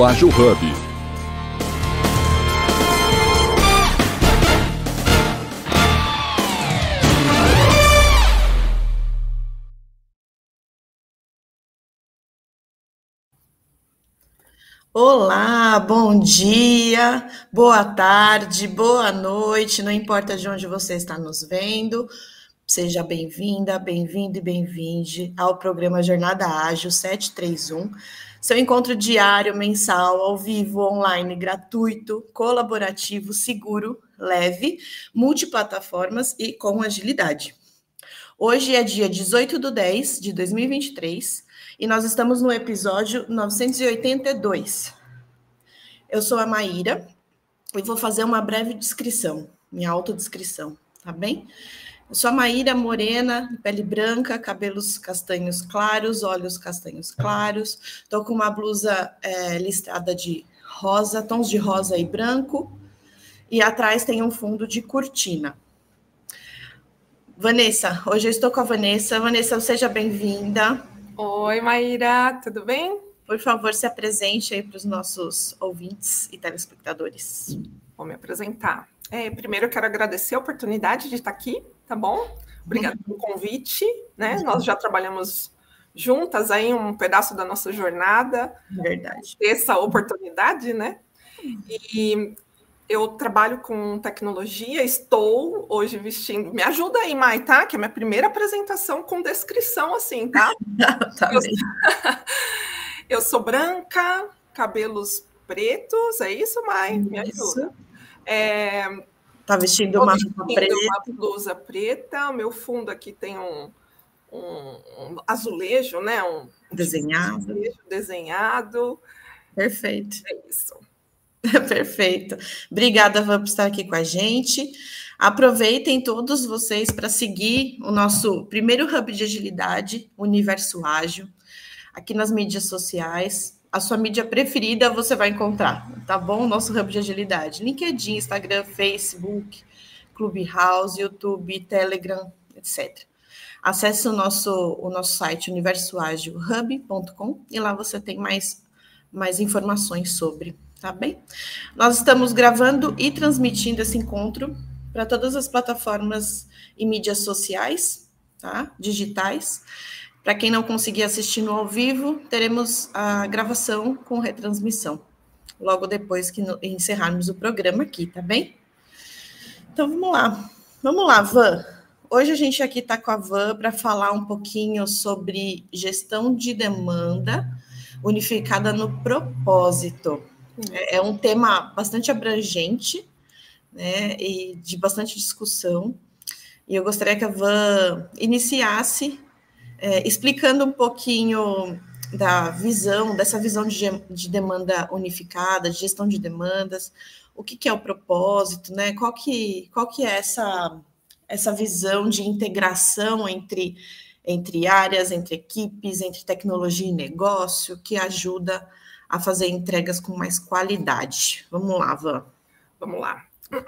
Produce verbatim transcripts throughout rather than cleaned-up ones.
Universo Ágil Hub. Olá, bom dia, boa tarde, boa noite, não importa de onde você está nos vendo, seja bem-vinda, bem-vindo e bem-vinde ao programa Jornada Ágil setecentos e trinta e um, seu encontro diário, mensal, ao vivo, online, gratuito, colaborativo, seguro, leve, multiplataformas e com agilidade. Hoje é dia dezoito de dez de dois mil e vinte e três e nós estamos no episódio novecentos e oitenta e dois. Eu sou a Maíra e vou fazer uma breve descrição, minha autodescrição, tá bem? Eu sou a Maíra, morena, pele branca, cabelos castanhos claros, olhos castanhos claros, estou com uma blusa é, listrada de rosa, tons de rosa e branco, e atrás tem um fundo de cortina. Vanessa, hoje eu estou com a Vanessa. Vanessa, seja bem-vinda. Oi, Maíra, tudo bem? Por favor, se apresente aí para os nossos ouvintes e telespectadores. Vou me apresentar. É, primeiro, eu quero agradecer a oportunidade de estar aqui, tá bom? Obrigada pelo convite, né? Nós já trabalhamos juntas aí um pedaço da nossa jornada. Verdade. Ter essa oportunidade, né? E eu trabalho com tecnologia, estou hoje vestindo... Me ajuda aí, Mai, tá? Que é a minha primeira apresentação com descrição, assim, tá? Tá eu... bem. Eu sou branca, cabelos pretos, é isso, Mai? Me Isso. ajuda. É... Tá vestindo uma vestindo roupa preta. uma blusa preta, o meu fundo aqui tem um, um, um azulejo, né? Um Desenhado. Um azulejo desenhado. Perfeito. É isso. Perfeito. Obrigada, Van, por estar aqui com a gente. Aproveitem todos vocês para seguir o nosso primeiro hub de agilidade, Universo Ágil, aqui nas mídias sociais. A sua mídia preferida você vai encontrar, tá bom? Nosso hub de agilidade. LinkedIn, Instagram, Facebook, Clubhouse, YouTube, Telegram, etcétera. Acesse o nosso, o nosso site universo ágil hub ponto com e lá você tem mais, mais informações sobre, tá bem? Nós estamos gravando e transmitindo esse encontro para todas as plataformas e mídias sociais, tá? Digitais. Para quem não conseguir assistir no ao vivo, teremos a gravação com retransmissão, logo depois que encerrarmos o programa aqui, tá bem? Então, vamos lá. Vamos lá, Van. Hoje a gente aqui está com a Van para falar um pouquinho sobre gestão de demanda unificada no propósito. É um tema bastante abrangente, né, e de bastante discussão. E eu gostaria que a Van iniciasse É, explicando um pouquinho da visão, dessa visão de, de demanda unificada, de gestão de demandas, o que, que é o propósito, né? Qual que, qual que é essa, essa visão de integração entre, entre áreas, entre equipes, entre tecnologia e negócio, que ajuda a fazer entregas com mais qualidade. Vamos lá, Van. Vamos lá.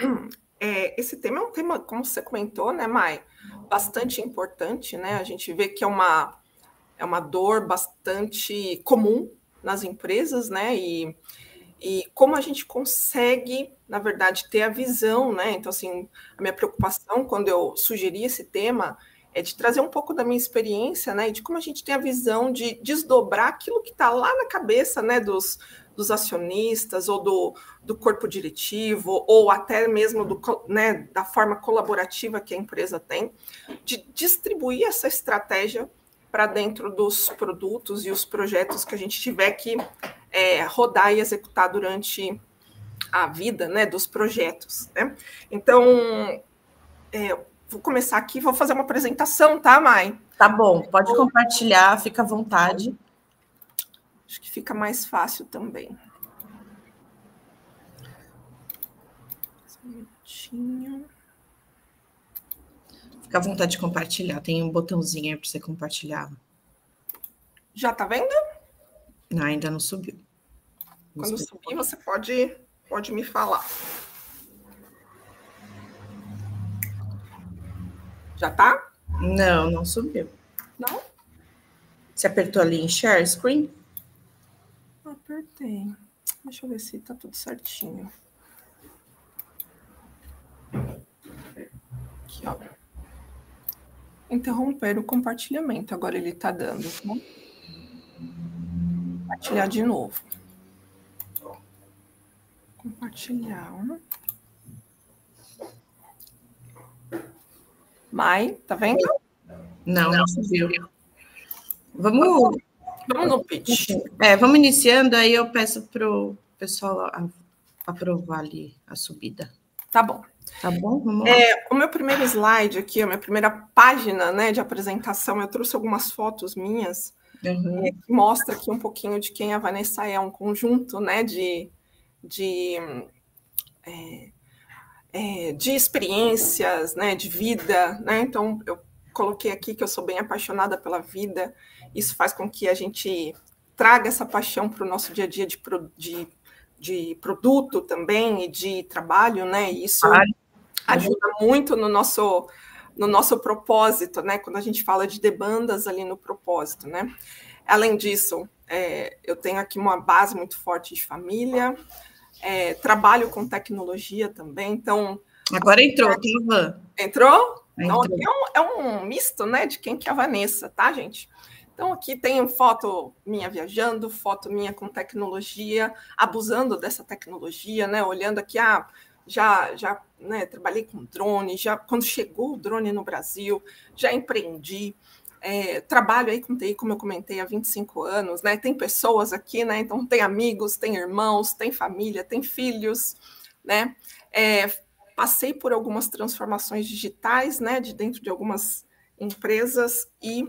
É, esse tema é um tema, como você comentou, né, Mai? Bastante importante, né? A gente vê que é uma, é uma dor bastante comum nas empresas, né? E, e como a gente consegue, na verdade, ter a visão, né? Então, assim, a minha preocupação quando eu sugeri esse tema é de trazer um pouco da minha experiência, né? E de como a gente tem a visão de desdobrar aquilo que está lá na cabeça, né? Dos, dos acionistas ou do, do corpo diretivo, ou até mesmo do, né, da forma colaborativa que a empresa tem, de distribuir essa estratégia para dentro dos produtos e os projetos que a gente tiver que é, rodar e executar durante a vida, né, dos projetos, né? Então, é, vou começar aqui, vou fazer uma apresentação, tá, Mai? Tá bom, pode compartilhar, fica à vontade. Acho que fica mais fácil também. Um minutinho. Fica à vontade de compartilhar. Tem um botãozinho aí para você compartilhar. Já tá vendo? Não, ainda não subiu. Quando Quando subir, você pode, pode me falar. Já tá? Não, não subiu. Não? Você apertou ali em share screen? Apertei. Deixa eu ver se está tudo certinho. Aqui, ó. Interromper o compartilhamento. Agora ele está dando. Vou compartilhar de novo. Compartilhar. Mai, tá vendo? Não, não subiu. Vamos... Vamos no pitch. É, vamos iniciando, aí eu peço para o pessoal aprovar ali a subida. Tá bom. Tá bom? Vamos lá. É, o meu primeiro slide aqui, a minha primeira página, né, de apresentação, eu trouxe algumas fotos minhas, uhum. é, que mostra aqui um pouquinho de quem a Vanessa é, um conjunto, né, de, de, é, é, de experiências, né, de vida, né, então eu coloquei aqui que eu sou bem apaixonada pela vida, isso faz com que a gente traga essa paixão para o nosso dia a dia de, de, de produto também e de trabalho, né, e isso ajuda muito no nosso, no nosso propósito, né, quando a gente fala de demandas ali no propósito, né. Além disso, é, eu tenho aqui uma base muito forte de família, é, trabalho com tecnologia também, então... Agora entrou, tá, Van? Entrou? Então, aqui é um, é um misto, né, de quem que é a Vanessa, tá, gente? Então, aqui tem foto minha viajando, foto minha com tecnologia, abusando dessa tecnologia, né, olhando aqui, ah, já, já né, trabalhei com drone, já, quando chegou o drone no Brasil, já empreendi, é, trabalho aí com T I, como eu comentei, há vinte e cinco anos, né, tem pessoas aqui, né, então tem amigos, tem irmãos, tem família, tem filhos, né, é, passei por algumas transformações digitais, né, de dentro de algumas empresas e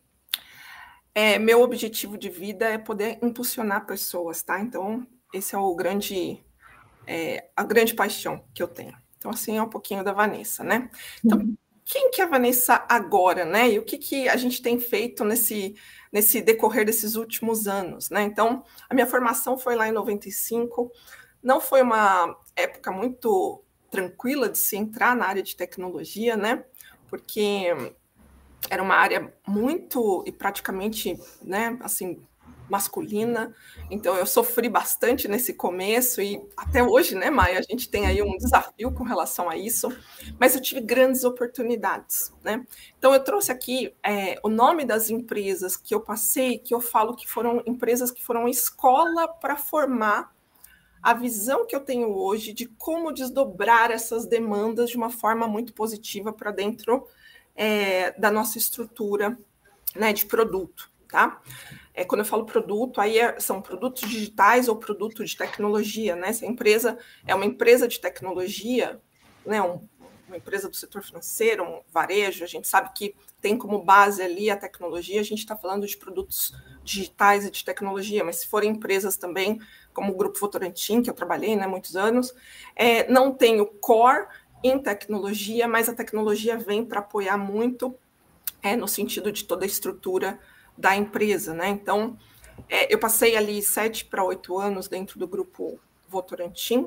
é, meu objetivo de vida é poder impulsionar pessoas, tá? Então, esse é o grande, é, a grande paixão que eu tenho. Então, assim, é um pouquinho da Vanessa, né? Então, uhum. Quem que é a Vanessa agora, né? E o que, que a gente tem feito nesse, nesse decorrer desses últimos anos, né? Então, a minha formação foi lá em noventa e cinco, não foi uma época muito tranquila de se entrar na área de tecnologia, né? Porque era uma área muito e praticamente, né, assim, masculina. Então eu sofri bastante nesse começo e até hoje, né, Maia, a gente tem aí um desafio com relação a isso, mas eu tive grandes oportunidades, né? Então eu trouxe aqui é, o nome das empresas que eu passei, que eu falo que foram empresas que foram escola para formar a visão que eu tenho hoje de como desdobrar essas demandas de uma forma muito positiva para dentro é, da nossa estrutura, né, de produto, tá? É, quando eu falo produto, aí é, são produtos digitais ou produto de tecnologia, né? Se a empresa é uma empresa de tecnologia, né, um, uma empresa do setor financeiro, um varejo, a gente sabe que tem como base ali a tecnologia, a gente está falando de produtos digitais e de tecnologia, mas se forem empresas também, como o Grupo Votorantim, que eu trabalhei, né, muitos anos, é, não tem o core em tecnologia, mas a tecnologia vem para apoiar muito é, no sentido de toda a estrutura da empresa, né? Então, é, eu passei ali sete para oito anos dentro do Grupo Votorantim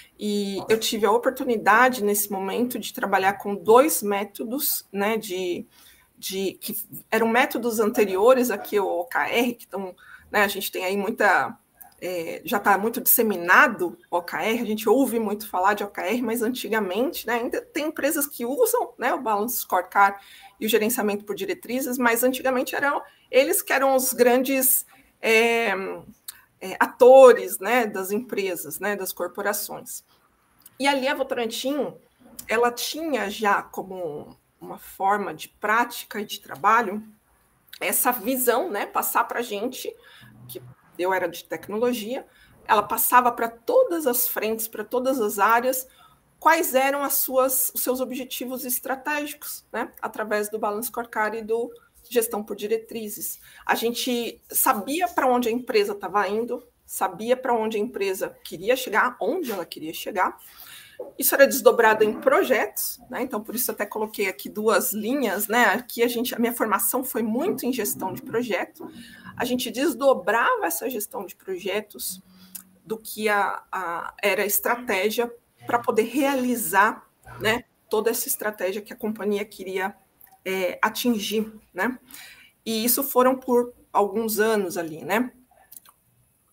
e eu tive a oportunidade nesse momento de trabalhar com dois métodos, né, de, de que eram métodos anteriores aqui ao O K R, que estão, né, a gente tem aí muita É, já está muito disseminado o O K R, a gente ouve muito falar de O K R, mas antigamente, né, ainda tem empresas que usam, né, o Balance Scorecard e o gerenciamento por diretrizes, mas antigamente eram eles que eram os grandes é, é, atores, né, das empresas, né, das corporações. E ali a Votorantim, ela tinha já como uma forma de prática e de trabalho essa visão, né, passar para a gente que eu era de tecnologia, ela passava para todas as frentes, para todas as áreas, quais eram as suas, os seus objetivos estratégicos, né? Através do Balance Scorecard e do gestão por diretrizes. A gente sabia para onde a empresa estava indo, sabia para onde a empresa queria chegar, onde ela queria chegar. Isso era desdobrado em projetos, né? Então, por isso até coloquei aqui duas linhas, né? Aqui a gente, a minha formação foi muito em gestão de projeto. A gente desdobrava essa gestão de projetos do que a, a, era a estratégia para poder realizar, né, toda essa estratégia que a companhia queria é, atingir, né? E isso foram por alguns anos ali, né?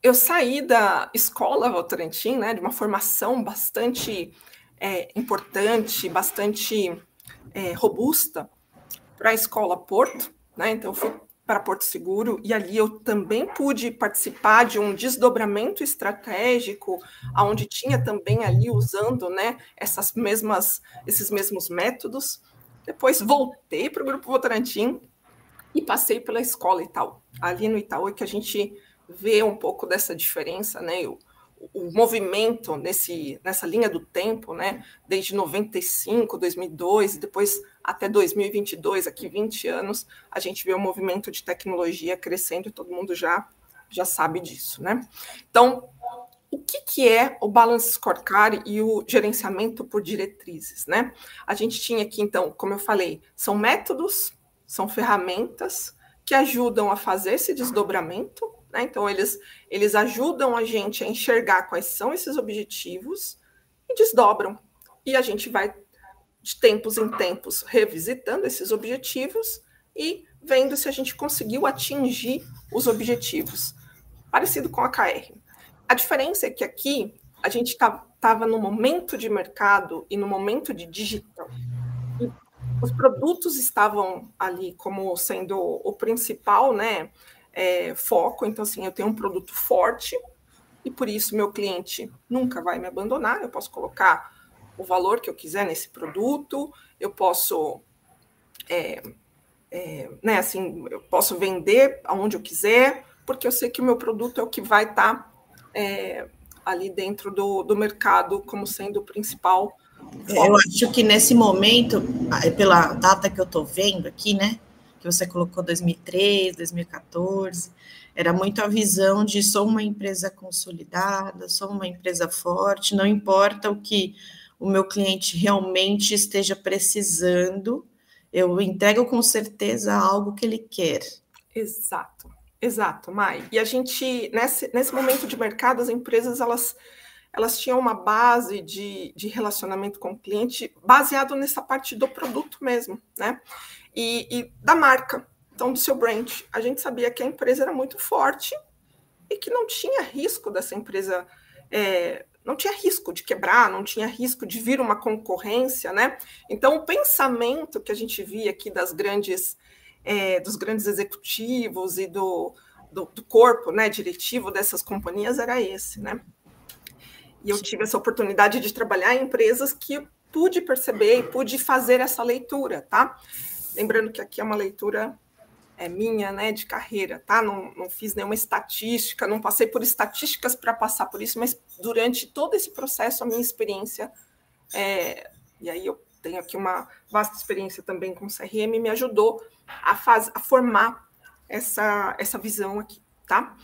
eu saí da escola Votorantim, né, de uma formação bastante é, importante, bastante é, robusta, para a escola Porto, né? Então eu fui para Porto Seguro e ali eu também pude participar de um desdobramento estratégico, onde tinha também ali usando, né, essas mesmas, esses mesmos métodos. Depois voltei para o Grupo Votorantim e passei pela escola Itaú. Ali no Itaú é que a gente vê um pouco dessa diferença, né? O, o movimento nesse, nessa linha do tempo, né? Desde noventa e cinco, dois mil e dois, e depois até dois mil e vinte e dois, aqui vinte anos, a gente vê o movimento de tecnologia crescendo e todo mundo já, já sabe disso, né? Então, o que, que é o Balance Scorecard e o gerenciamento por diretrizes, né? A gente tinha aqui, então, como eu falei, são métodos, são ferramentas que ajudam a fazer esse desdobramento, né? Então, eles, eles ajudam a gente a enxergar quais são esses objetivos e desdobram. E a gente vai, de tempos em tempos, revisitando esses objetivos e vendo se a gente conseguiu atingir os objetivos. Parecido com a K R. A diferença é que aqui a gente estava no momento de mercado e no momento de digital. E os produtos estavam ali como sendo o principal, né, é, foco. Então, assim, eu tenho um produto forte e por isso meu cliente nunca vai me abandonar. Eu posso colocar o valor que eu quiser nesse produto, eu posso, é, é, né, assim, eu posso vender aonde eu quiser, porque eu sei que o meu produto é o que vai estar tá, é, ali dentro do, do mercado como sendo o principal foco. Eu acho que nesse momento, pela data que eu estou vendo aqui, né, que você colocou dois mil e treze, dois mil e quatorze, era muito a visão de sou uma empresa consolidada, sou uma empresa forte, não importa o que o meu cliente realmente esteja precisando, eu entrego com certeza algo que ele quer. Exato, exato, Mai. E a gente, nesse, nesse momento de mercado, as empresas, elas, elas tinham uma base de, de relacionamento com o cliente baseado nessa parte do produto mesmo, né? E, e da marca, então do seu brand. A gente sabia que a empresa era muito forte e que não tinha risco dessa empresa... É, não tinha risco de quebrar, não tinha risco de vir uma concorrência, né? Então, o pensamento que a gente via aqui das grandes, é, dos grandes executivos e do, do, do corpo, né, diretivo dessas companhias era esse, né? E eu tive essa oportunidade de trabalhar em empresas que pude perceber e pude fazer essa leitura, tá? Lembrando que aqui é uma leitura... é minha, né, de carreira, tá? Não, não fiz nenhuma estatística, não passei por estatísticas para passar por isso, mas durante todo esse processo, a minha experiência, é, e aí eu tenho aqui uma vasta experiência também com C R M, me ajudou a, faz, a formar essa, essa visão aqui, tá?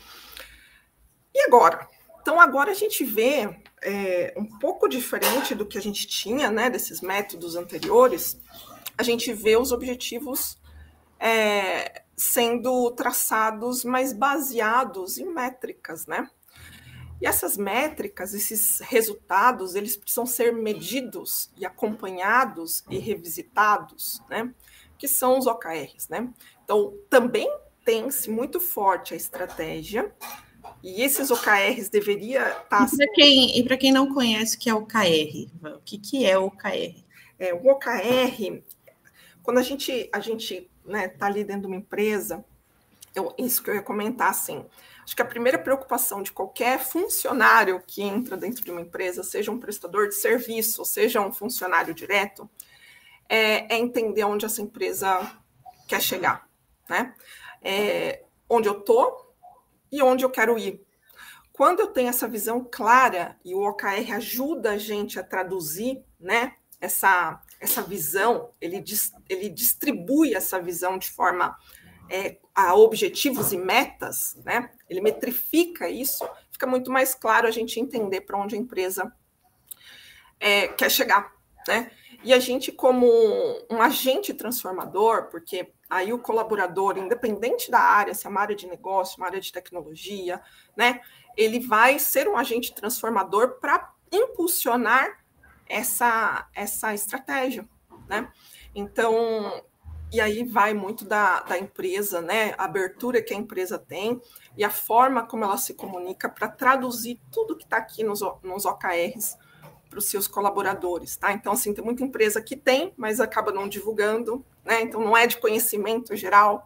E agora? Então, agora a gente vê é, um pouco diferente do que a gente tinha, né, desses métodos anteriores, a gente vê os objetivos É, sendo traçados, mas baseados em métricas, né? E essas métricas, esses resultados, eles precisam ser medidos e acompanhados e revisitados, né? Que são os O K Rs, né? Então, também tem-se muito forte a estratégia, e esses O K Rs deveria estar... E para quem, e para quem não conhece o que é o O K R, o que, que é o O K R? É, o O K R, quando a gente... A gente né, tá ali dentro de uma empresa, eu, isso que eu ia comentar, assim, acho que a primeira preocupação de qualquer funcionário que entra dentro de uma empresa, seja um prestador de serviço, seja um funcionário direto, é, é entender onde essa empresa quer chegar, né? É, onde eu tô e onde eu quero ir. Quando eu tenho essa visão clara, e o O K R ajuda a gente a traduzir, né, essa... essa visão, ele, ele distribui essa visão de forma é, a objetivos e metas, né? Ele metrifica isso, fica muito mais claro a gente entender para onde a empresa é, quer chegar, né? E a gente, como um agente transformador, porque aí o colaborador, independente da área, se é uma área de negócio, uma área de tecnologia, né? Ele vai ser um agente transformador para impulsionar essa, essa estratégia, né? Então, e aí vai muito da, da empresa, né? A abertura que a empresa tem e a forma como ela se comunica para traduzir tudo que está aqui nos, nos O K Rs para os seus colaboradores, tá? Então, assim, tem muita empresa que tem, mas acaba não divulgando, né? Então, não é de conhecimento geral.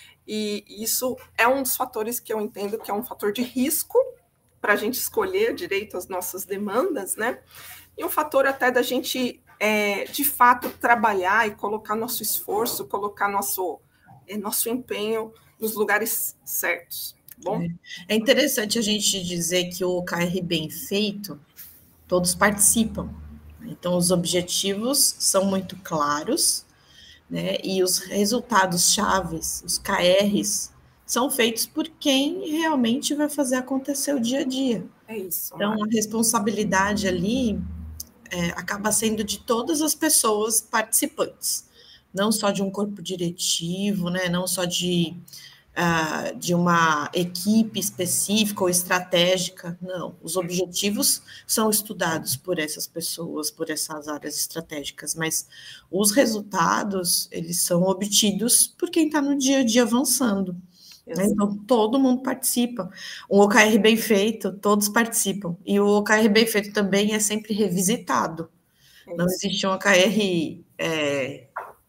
E isso é um dos fatores que eu entendo que é um fator de risco para a gente escolher direito as nossas demandas, né? E um fator até da gente, é, de fato, trabalhar e colocar nosso esforço, colocar nosso, é, nosso empenho nos lugares certos, tá bom? É interessante a gente dizer que o O K R bem feito, todos participam. Então, os objetivos são muito claros, né? E os resultados chaves, os K Rs, são feitos por quem realmente vai fazer acontecer o dia a dia. É isso. Então, Mari. a responsabilidade ali é, acaba sendo de todas as pessoas participantes, não só de um corpo diretivo, né? Não só de Uh, de uma equipe específica ou estratégica, não. Os objetivos são estudados por essas pessoas, por essas áreas estratégicas, mas os resultados, eles são obtidos por quem está no dia a dia avançando. Né? Então, todo mundo participa. Um O K R bem feito, todos participam. E o O K R bem feito também é sempre revisitado. É não existe um O K R é,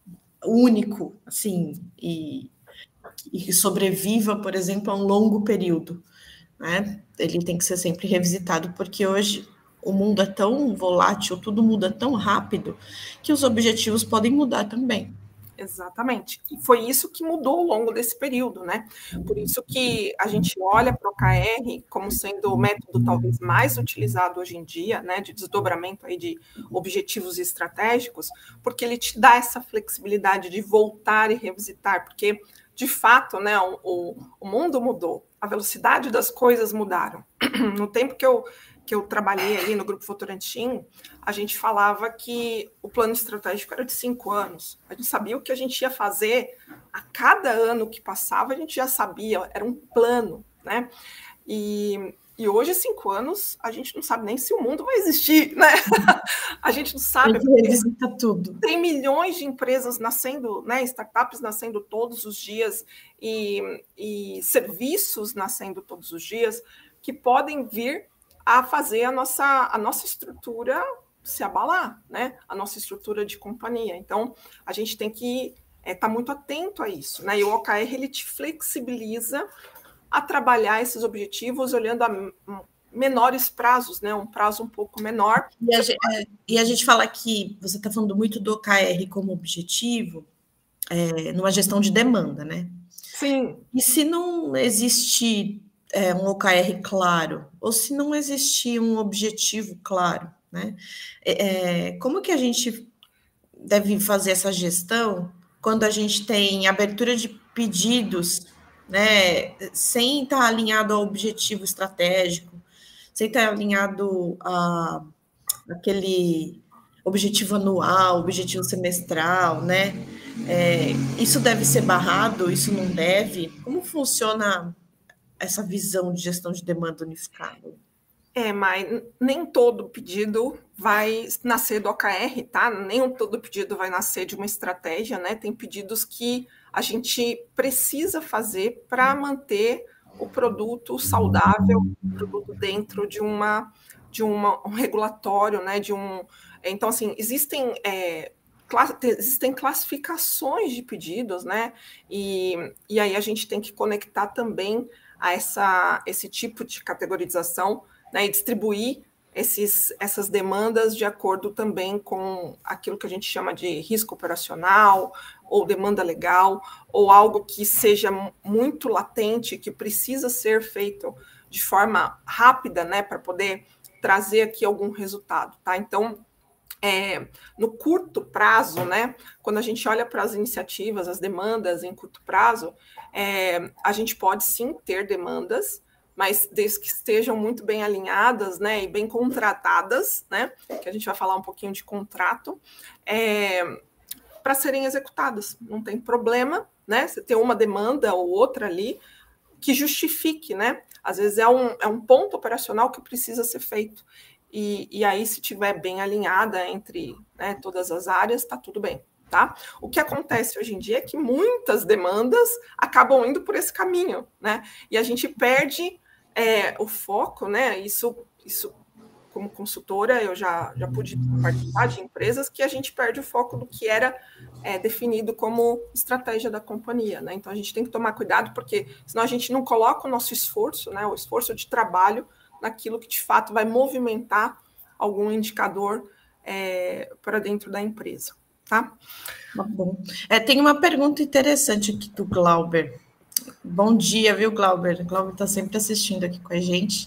único, assim, e e que sobreviva, por exemplo, a um longo período, né? Ele tem que ser sempre revisitado, porque hoje o mundo é tão volátil, tudo muda tão rápido, que os objetivos podem mudar também. Exatamente. E foi isso que mudou ao longo desse período, né? Por isso que a gente olha para o O K R como sendo o método talvez mais utilizado hoje em dia, né? De desdobramento aí de objetivos estratégicos, porque ele te dá essa flexibilidade de voltar e revisitar, porque de fato, né, o, o mundo mudou, a velocidade das coisas mudaram. No tempo que eu, que eu trabalhei ali no Grupo Votorantim, a gente falava que o plano estratégico era de cinco anos. A gente sabia o que a gente ia fazer a cada ano que passava, a gente já sabia, era um plano, né? E, e hoje, cinco anos, a gente não sabe nem se o mundo vai existir, né? A gente não sabe. A gente revisita tudo. Tem milhões de empresas nascendo, né? Startups nascendo todos os dias e, e serviços nascendo todos os dias que podem vir a fazer a nossa, a nossa estrutura se abalar, né? A nossa estrutura de companhia. Então, a gente tem que estar é, tá muito atento a isso, né? E o O K R, ele te flexibiliza a trabalhar esses objetivos olhando a menores prazos, né? Um prazo um pouco menor. E a, gente, é, e a gente fala que você está falando muito do O K R como objetivo é, numa gestão de demanda, né? Sim. E se não existir é, um O K R claro, ou se não existir um objetivo claro, né? É, como que a gente deve fazer essa gestão quando a gente tem abertura de pedidos, né, sem estar alinhado ao objetivo estratégico, sem estar alinhado a aquele objetivo anual, objetivo semestral, né? É, isso deve ser barrado, isso não deve? Como funciona essa visão de gestão de demanda unificada? É, mas nem todo pedido vai nascer do O K R, tá? Nem todo pedido vai nascer de uma estratégia, né? Tem pedidos que a gente precisa fazer para manter o produto saudável, o produto dentro de uma de uma, um regulatório, né? De um, então, assim, existem é, class, existem classificações de pedidos, né? E, e aí a gente tem que conectar também a essa, esse tipo de categorização, né, e distribuir esses, essas demandas de acordo também com aquilo que a gente chama de risco operacional, ou demanda legal, ou algo que seja muito latente, que precisa ser feito de forma rápida, né, para poder trazer aqui algum resultado, tá? Então, é, no curto prazo, né, quando a gente olha para as iniciativas, as demandas em curto prazo, é, a gente pode sim ter demandas, mas desde que estejam muito bem alinhadas, né, e bem contratadas, né, que a gente vai falar um pouquinho de contrato, é, para serem executadas. Não tem problema, né, você ter uma demanda ou outra ali que justifique, né, às vezes é um, é um ponto operacional que precisa ser feito. E, e aí, se estiver bem alinhada entre, né, todas as áreas, está tudo bem. tá? O que acontece hoje em dia é que muitas demandas acabam indo por esse caminho, né? E a gente perde é, o foco, né? Isso, isso, como consultora, eu já, já pude participar de empresas que a gente perde o foco do que era é, definido como estratégia da companhia, né? Então a gente tem que tomar cuidado, porque senão a gente não coloca o nosso esforço, né? O esforço de trabalho naquilo que de fato vai movimentar algum indicador é, para dentro da empresa, tá? Tá bom. É, tem uma pergunta interessante aqui do Glauber. Bom dia, viu, Glauber? O Glauber está sempre assistindo aqui com a gente.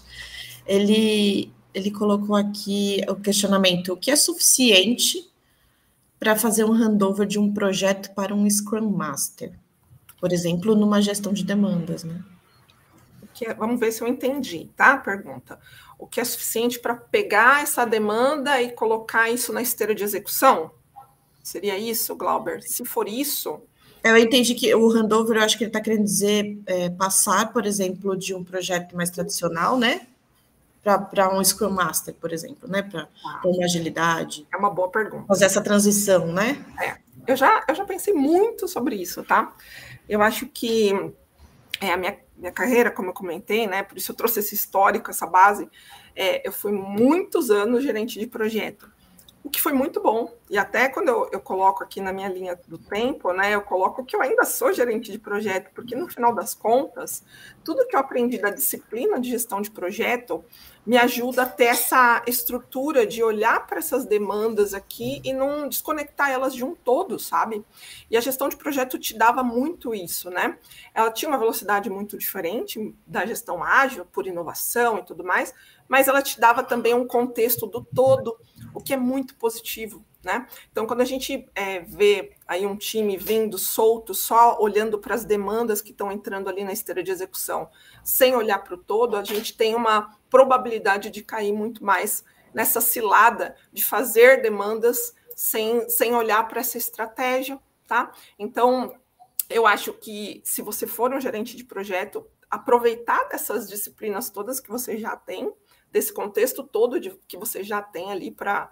Ele, ele colocou aqui o questionamento: o que é suficiente para fazer um handover de um projeto para um Scrum Master? Por exemplo, numa gestão de demandas, né? Que é, vamos ver se eu entendi, tá? Pergunta. O que é suficiente para pegar essa demanda e colocar isso na esteira de execução? Seria isso, Glauber? Se for isso... Eu entendi que o handover, eu acho que ele está querendo dizer é, passar, por exemplo, de um projeto mais tradicional, né? Para um Scrum Master, por exemplo, né? Para ah, uma agilidade. É uma boa pergunta. Fazer essa transição, né? É. Eu já, eu já pensei muito sobre isso, tá? Eu acho que é, a minha, minha carreira, como eu comentei, né? Por isso eu trouxe esse histórico, essa base. É, eu fui muitos anos gerente de projeto, o que foi muito bom. E até quando eu, eu coloco aqui na minha linha do tempo, né, eu coloco que eu ainda sou gerente de projeto, porque no final das contas, tudo que eu aprendi da disciplina de gestão de projeto me ajuda a ter essa estrutura de olhar para essas demandas aqui e não desconectar elas de um todo, sabe? E a gestão de projeto te dava muito isso, né? Ela tinha uma velocidade muito diferente da gestão ágil, por inovação e tudo mais, mas ela te dava também um contexto do todo, o que é muito positivo, né? Então, quando a gente é, vê aí um time vindo solto, só olhando para as demandas que estão entrando ali na esteira de execução, sem olhar para o todo, a gente tem uma probabilidade de cair muito mais nessa cilada de fazer demandas sem, sem olhar para essa estratégia, tá? Então, eu acho que se você for um gerente de projeto, aproveitar dessas disciplinas todas que você já tem, desse contexto todo de, que você já tem ali para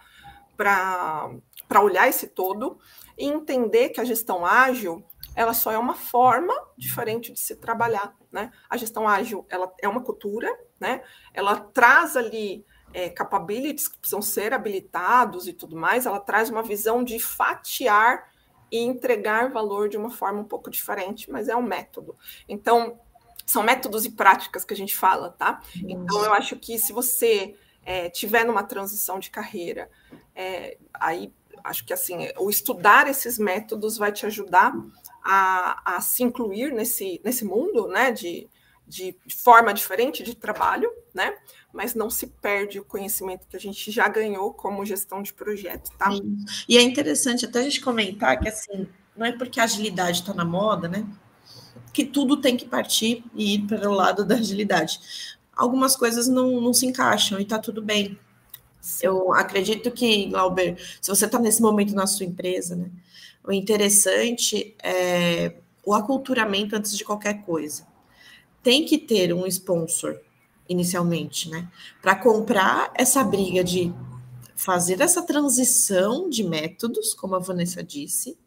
para olhar esse todo e entender que a gestão ágil, ela só é uma forma diferente de se trabalhar, né? A gestão ágil, ela é uma cultura, né? Ela traz ali é, capabilities que precisam ser habilitados e tudo mais, ela traz uma visão de fatiar e entregar valor de uma forma um pouco diferente, mas é um método. Então, são métodos e práticas que a gente fala, tá? Então, eu acho que se você é, tiver numa transição de carreira, é, aí acho que assim, o estudar esses métodos vai te ajudar a, a se incluir nesse, nesse mundo, né? De, de forma diferente de trabalho, né? Mas não se perde o conhecimento que a gente já ganhou como gestão de projeto, tá? Sim. E é interessante até a gente comentar que assim, não é porque a agilidade está na moda, né? Que tudo tem que partir e ir para o lado da agilidade. Algumas coisas não, não se encaixam e está tudo bem. Sim. Eu acredito que, Glauber, se você está nesse momento na sua empresa, né, o interessante é o aculturamento antes de qualquer coisa. Tem que ter um sponsor, inicialmente, né, para comprar essa briga de fazer essa transição de métodos, como a Vanessa disse,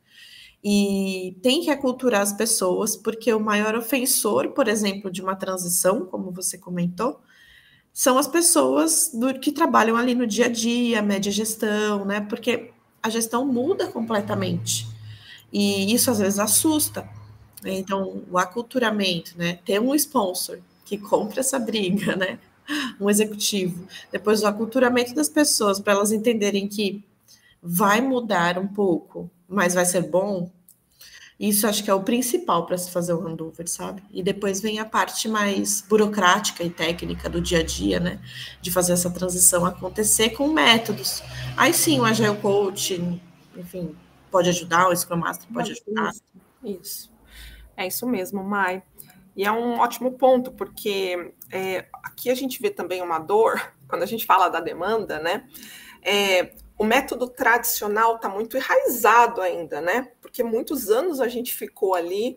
e tem que aculturar as pessoas, porque o maior ofensor, por exemplo, de uma transição, como você comentou, são as pessoas do, que trabalham ali no dia a dia, média gestão, né? Porque a gestão muda completamente. E isso às vezes assusta. Né? Então, o aculturamento, né? Ter um sponsor que compra essa briga, né? Um executivo. Depois, o aculturamento das pessoas, para elas entenderem que vai mudar um pouco, mas vai ser bom. Isso acho que é o principal para se fazer o handover, sabe? E depois vem a parte mais burocrática e técnica do dia a dia, né? De fazer essa transição acontecer com métodos. Aí sim, o Agile Coach, enfim, pode ajudar, o Scrum Master pode ajudar. Isso, isso. É isso mesmo, Mai. E é um ótimo ponto, porque é, aqui a gente vê também uma dor, quando a gente fala da demanda, né? É, o método tradicional está muito enraizado ainda, né? Porque muitos anos a gente ficou ali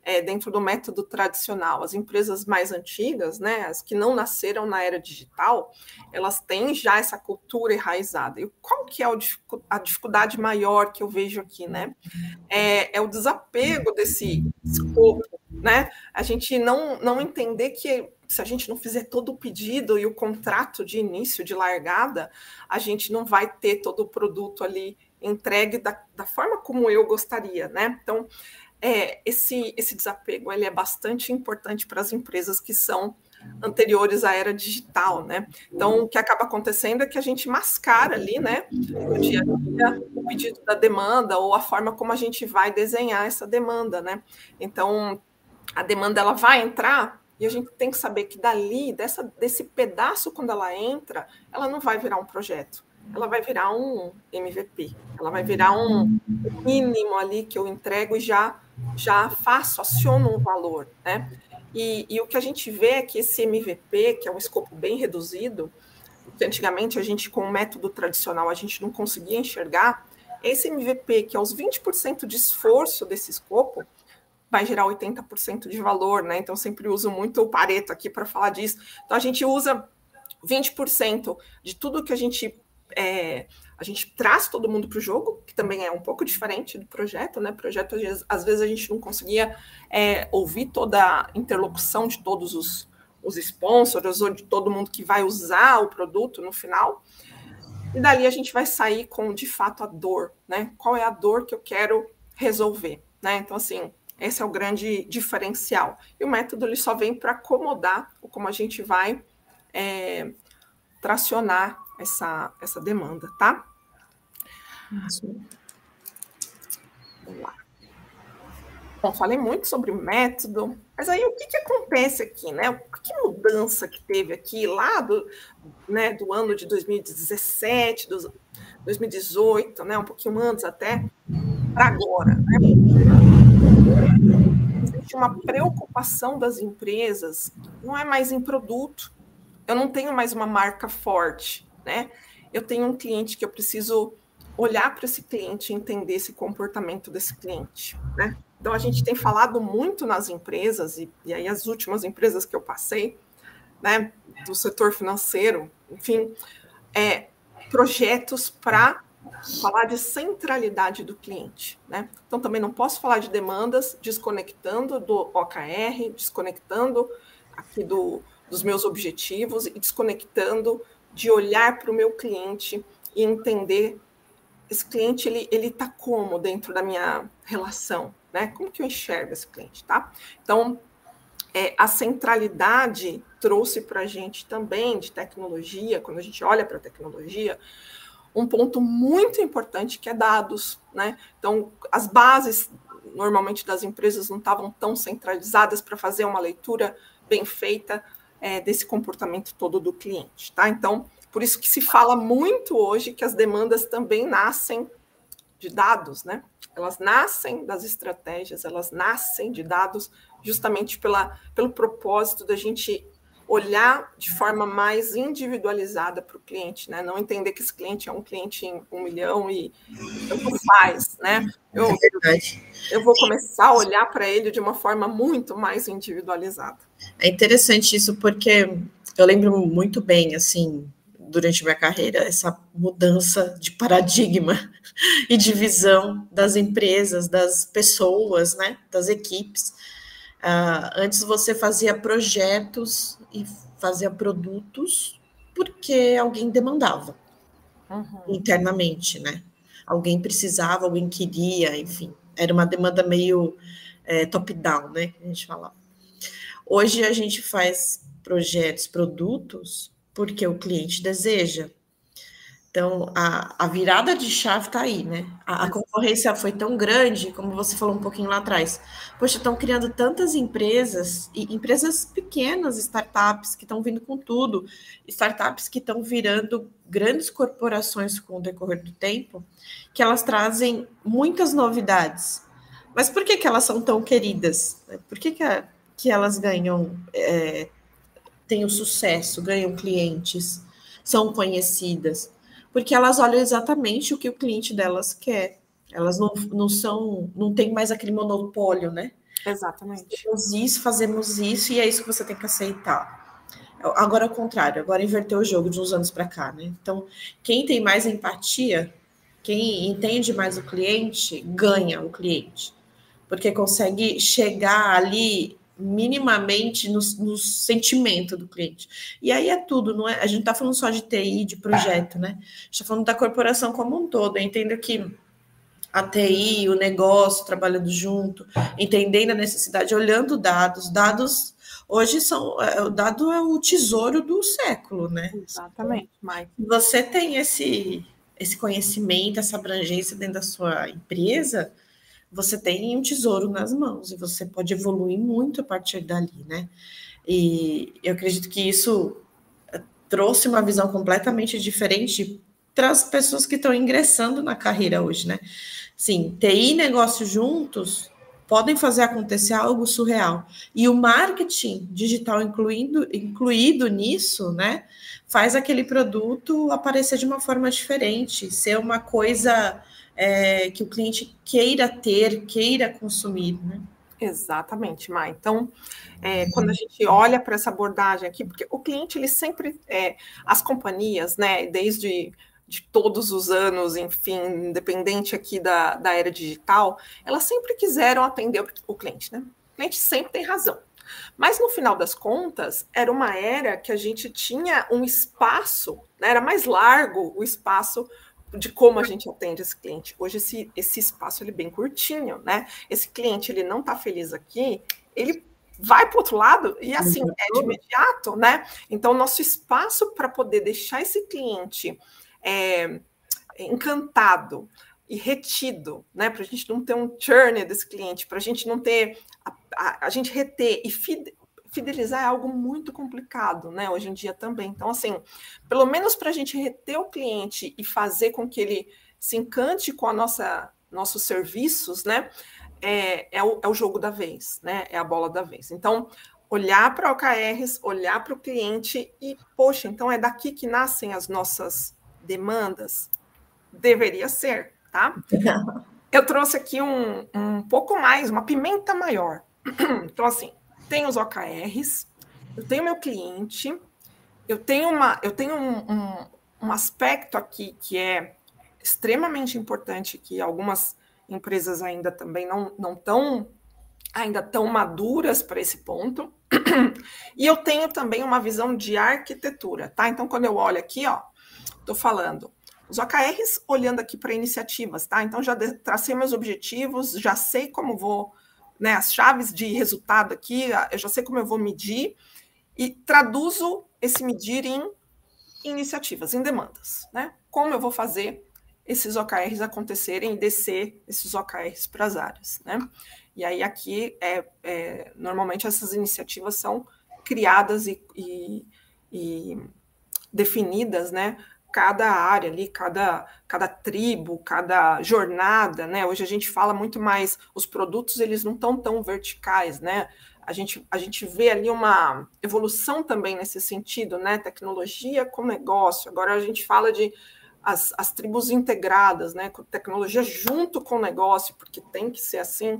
é, dentro do método tradicional. As empresas mais antigas, né, as que não nasceram na era digital, elas têm já essa cultura enraizada. E qual que é a dificuldade maior que eu vejo aqui, né? É, é o desapego desse escopo, né? A gente não, não entender que se a gente não fizer todo o pedido e o contrato de início, de largada, a gente não vai ter todo o produto ali entregue da, da forma como eu gostaria, né? Então, é, esse, esse desapego ele é bastante importante para as empresas que são anteriores à era digital, né? Então, o que acaba acontecendo é que a gente mascara ali, né, no dia a dia, o pedido da demanda ou a forma como a gente vai desenhar essa demanda, né? Então, a demanda ela vai entrar e a gente tem que saber que dali, dessa, desse pedaço, quando ela entra, ela não vai virar um projeto, ela vai virar um M V P, ela vai virar um mínimo ali que eu entrego e já, já faço, aciono um valor, né? E, e o que a gente vê é que esse M V P, que é um escopo bem reduzido, que antigamente a gente, com o método tradicional, a gente não conseguia enxergar, esse M V P, que é os vinte por cento de esforço desse escopo, vai gerar oitenta por cento de valor, né? Então, sempre uso muito o Pareto aqui para falar disso. Então, a gente usa vinte por cento de tudo que a gente... É, a gente traz todo mundo para o jogo, que também é um pouco diferente do projeto, né? Projeto, às vezes, às vezes a gente não conseguia é, ouvir toda a interlocução de todos os, os sponsors ou de todo mundo que vai usar o produto no final. E dali a gente vai sair com, de fato, a dor, né? Qual é a dor que eu quero resolver, né? Então, assim, esse é o grande diferencial. E o método ele só vem para acomodar o como a gente vai é, tracionar essa, essa demanda, tá? Isso. Vamos lá. Bom, falei muito sobre o método, mas aí o que, que acontece aqui, né? Que mudança que teve aqui lá do, né, do ano de dois mil e dezessete, do, dois mil e dezoito, né, um pouquinho antes até, para agora, né? Existe uma preocupação das empresas, não é mais em produto, eu não tenho mais uma marca forte, né? Eu tenho um cliente que eu preciso olhar para esse cliente e entender esse comportamento desse cliente, né? Então, a gente tem falado muito nas empresas, e, e aí as últimas empresas que eu passei, né, do setor financeiro, enfim, é, projetos para falar de centralidade do cliente, né? Então, também não posso falar de demandas desconectando do O K R, desconectando aqui do, dos meus objetivos e desconectando de olhar para o meu cliente e entender esse cliente, ele ele está como dentro da minha relação, né? Como que eu enxergo esse cliente, tá? Então, é, a centralidade trouxe para a gente também de tecnologia, quando a gente olha para a tecnologia, um ponto muito importante que é dados, né? Então, as bases, normalmente, das empresas não estavam tão centralizadas para fazer uma leitura bem feita é, desse comportamento todo do cliente, tá? Então, por isso que se fala muito hoje que as demandas também nascem de dados, né? Elas nascem das estratégias, elas nascem de dados justamente pela, pelo propósito da gente olhar de forma mais individualizada para o cliente, né? Não entender que esse cliente é um cliente em um milhão e tanto faz, né? Eu, É verdade. Eu vou começar a olhar para ele de uma forma muito mais individualizada. É interessante isso, porque eu lembro muito bem, assim, durante minha carreira, essa mudança de paradigma e de visão das empresas, das pessoas, né, das equipes. Uh, antes você fazia projetos e fazia produtos porque alguém demandava uhum. internamente, né? Alguém precisava, alguém queria, enfim. Era uma demanda meio é, top-down, né, que a gente falava. Hoje a gente faz projetos, produtos, porque o cliente deseja. Então, a, a virada de chave está aí, né? A, a concorrência foi tão grande, como você falou um pouquinho lá atrás. Poxa, estão criando tantas empresas, e empresas pequenas, startups, que estão vindo com tudo, startups que estão virando grandes corporações com o decorrer do tempo, que elas trazem muitas novidades. Mas por que, que elas são tão queridas? Por que, que, a, que elas ganham, é, têm o sucesso, ganham clientes, são conhecidas? Porque elas olham exatamente o que o cliente delas quer. Elas não, não são, não tem mais aquele monopólio, né? Exatamente. Fazemos isso, fazemos isso, e é isso que você tem que aceitar. Agora, ao contrário, agora inverteu o jogo de uns anos para cá, né? Então, quem tem mais empatia, quem entende mais o cliente, ganha o cliente, porque consegue chegar ali minimamente no, no sentimento do cliente. E aí é tudo, não é? A gente não está falando só de T I, de projeto, né? A gente está falando da corporação como um todo. Eu entendo que a T I, o negócio, trabalhando junto, entendendo a necessidade, olhando dados, dados hoje são, o dado é o tesouro do século, né? Exatamente, Mike. Você tem esse, esse conhecimento, essa abrangência dentro da sua empresa, você tem um tesouro nas mãos e você pode evoluir muito a partir dali, né? E eu acredito que isso trouxe uma visão completamente diferente para as pessoas que estão ingressando na carreira hoje, né? Sim, T I e negócio juntos podem fazer acontecer algo surreal. E o marketing digital incluindo, incluído nisso, né, faz aquele produto aparecer de uma forma diferente, ser uma coisa é, que o cliente queira ter, queira consumir, né? Exatamente, Mai. Então, é, quando a gente olha para essa abordagem aqui, porque o cliente, ele sempre, é, as companhias, né, desde de todos os anos, enfim, independente aqui da, da era digital, elas sempre quiseram atender o, o cliente, né? O cliente sempre tem razão. Mas, no final das contas, era uma era que a gente tinha um espaço, né, era mais largo o espaço de como a gente atende esse cliente. Hoje, esse, esse espaço ele é bem curtinho, né? Esse cliente, ele não está feliz aqui, ele vai para o outro lado e, assim, é de imediato, né? Então, nosso espaço para poder deixar esse cliente é, encantado e retido, né? Para a gente não ter um churn desse cliente, para a gente não ter... A, a, a gente reter e fidelizar é algo muito complicado, né? Hoje em dia também. Então, assim, pelo menos para a gente reter o cliente e fazer com que ele se encante com a nossa, nossos serviços, né? É, é, o, é o jogo da vez, né? É a bola da vez. Então, olhar para O K Rs, olhar para o cliente e, poxa, então é daqui que nascem as nossas demandas? Deveria ser, tá? Eu trouxe aqui um, um pouco mais, uma pimenta maior. Então, assim, tem os O K Rs, eu tenho meu cliente, eu tenho, uma, eu tenho um, um, um aspecto aqui que é extremamente importante, que algumas empresas ainda também não, não estão ainda tão maduras para esse ponto. E eu tenho também uma visão de arquitetura, tá? Então, quando eu olho aqui, ó, estou falando os O K Rs olhando aqui para iniciativas, tá? Então, já tracei meus objetivos, já sei como vou, né, as chaves de resultado aqui, eu já sei como eu vou medir e traduzo esse medir em iniciativas, em demandas, né? Como eu vou fazer esses O K Rs acontecerem e descer esses O K Rs para as áreas, né? E aí aqui, é, é, normalmente, essas iniciativas são criadas e, e, e definidas, né? Cada área ali, cada, cada tribo, cada jornada, né? Hoje a gente fala muito mais, os produtos, eles não estão tão verticais, né? A gente, a gente vê ali uma evolução também nesse sentido, né? Tecnologia com negócio. Agora a gente fala de as, as tribos integradas, né? Com tecnologia junto com o negócio, porque tem que ser assim.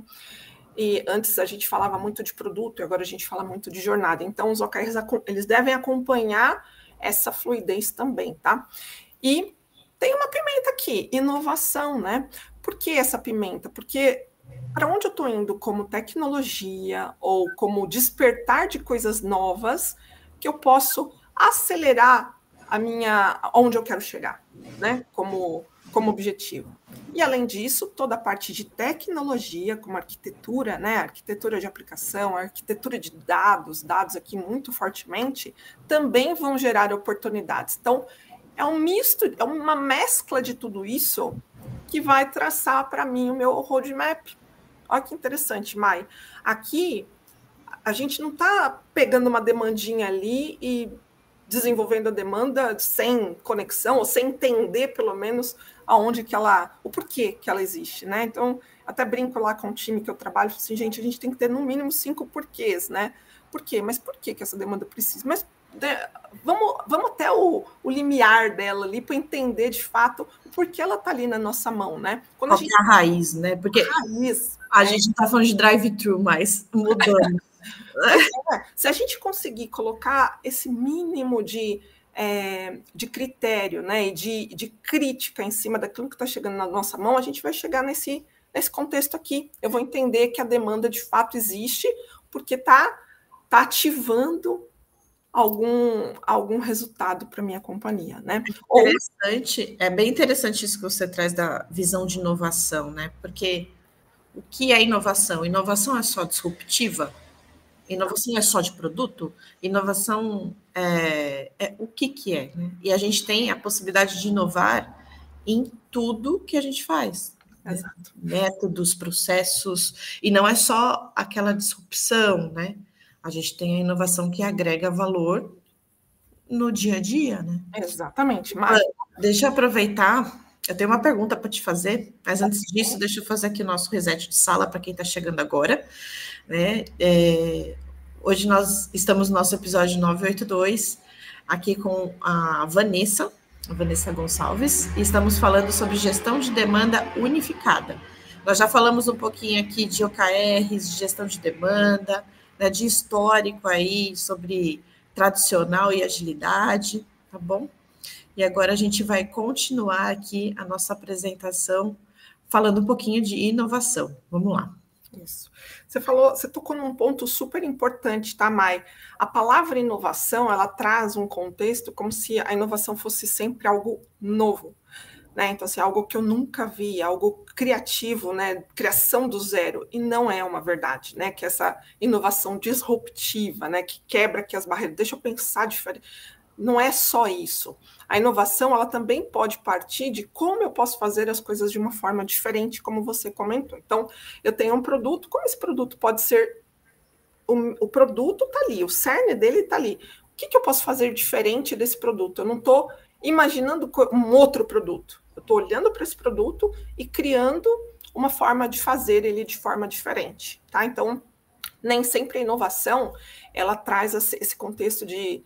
E antes a gente falava muito de produto, e agora a gente fala muito de jornada. Então, os O K Rs, eles devem acompanhar essa fluidez também, tá? E tem uma pimenta aqui, inovação, né? Por que essa pimenta? Porque para onde eu estou indo como tecnologia ou como despertar de coisas novas que eu posso acelerar a minha, onde eu quero chegar, né? Como, como objetivo. E, além disso, toda a parte de tecnologia, como arquitetura, né? Arquitetura de aplicação, arquitetura de dados, dados aqui muito fortemente, também vão gerar oportunidades. Então, é um misto, é uma mescla de tudo isso que vai traçar para mim o meu roadmap. Olha que interessante, Mai. Aqui, a gente não está pegando uma demandinha ali e desenvolvendo a demanda sem conexão, ou sem entender, pelo menos, aonde que ela, o porquê que ela existe, né? Então, até brinco lá com o time que eu trabalho, assim, gente, a gente tem que ter no mínimo cinco porquês, né? Por quê? Mas por que que essa demanda precisa? Mas de, vamos, vamos até o, o limiar dela ali para entender, de fato, o porquê ela está ali na nossa mão, né? Quando a gente... a raiz, né? Porque... A raiz. A né? gente está falando de drive-thru, mas mudando. É, se a gente conseguir colocar esse mínimo de, é, de critério, né, e de, de crítica em cima daquilo que está chegando na nossa mão, a gente vai chegar nesse, nesse contexto aqui. Eu vou entender que a demanda de fato existe, porque está tá ativando algum, algum resultado para minha companhia, né? Interessante, Ou... é bem interessante isso que você traz da visão de inovação, né? Porque o que é inovação? Inovação é só disruptiva? Inovação é só de produto? Inovação é, é o que que é, né? E a gente tem a possibilidade de inovar em tudo que a gente faz. Né? Métodos, processos, e não é só aquela disrupção, né? A gente tem a inovação que agrega valor no dia a dia, né? Exatamente. Mas... Deixa eu aproveitar, eu tenho uma pergunta para te fazer, mas antes disso, deixa eu fazer aqui o nosso reset de sala para quem está chegando agora. Né? É, hoje nós estamos no nosso episódio novecentos e oitenta e dois, aqui com a Vanessa, a Vanessa Gonçalves, e estamos falando sobre gestão de demanda unificada. Nós já falamos um pouquinho aqui de O K Rs, de gestão de demanda, né, de histórico aí, sobre tradicional e agilidade, tá bom? E agora a gente vai continuar aqui a nossa apresentação falando um pouquinho de inovação. Vamos lá. Isso. Você falou, você tocou num ponto super importante, tá, Mai? A palavra inovação, ela traz um contexto como se a inovação fosse sempre algo novo, né? Então, assim, algo que eu nunca vi, algo criativo, né? Criação do zero. E não é uma verdade, né? Que essa inovação disruptiva, né? Que quebra aqui as barreiras. Deixa eu pensar diferente. Não é só isso. A inovação, ela também pode partir de como eu posso fazer as coisas de uma forma diferente, como você comentou. Então, eu tenho um produto, como esse produto pode ser... O, o produto está ali, o cerne dele está ali. O que, que eu posso fazer diferente desse produto? Eu não estou imaginando um outro produto. Eu estou olhando para esse produto e criando uma forma de fazer ele de forma diferente. Tá? Então, nem sempre a inovação, ela traz esse contexto de...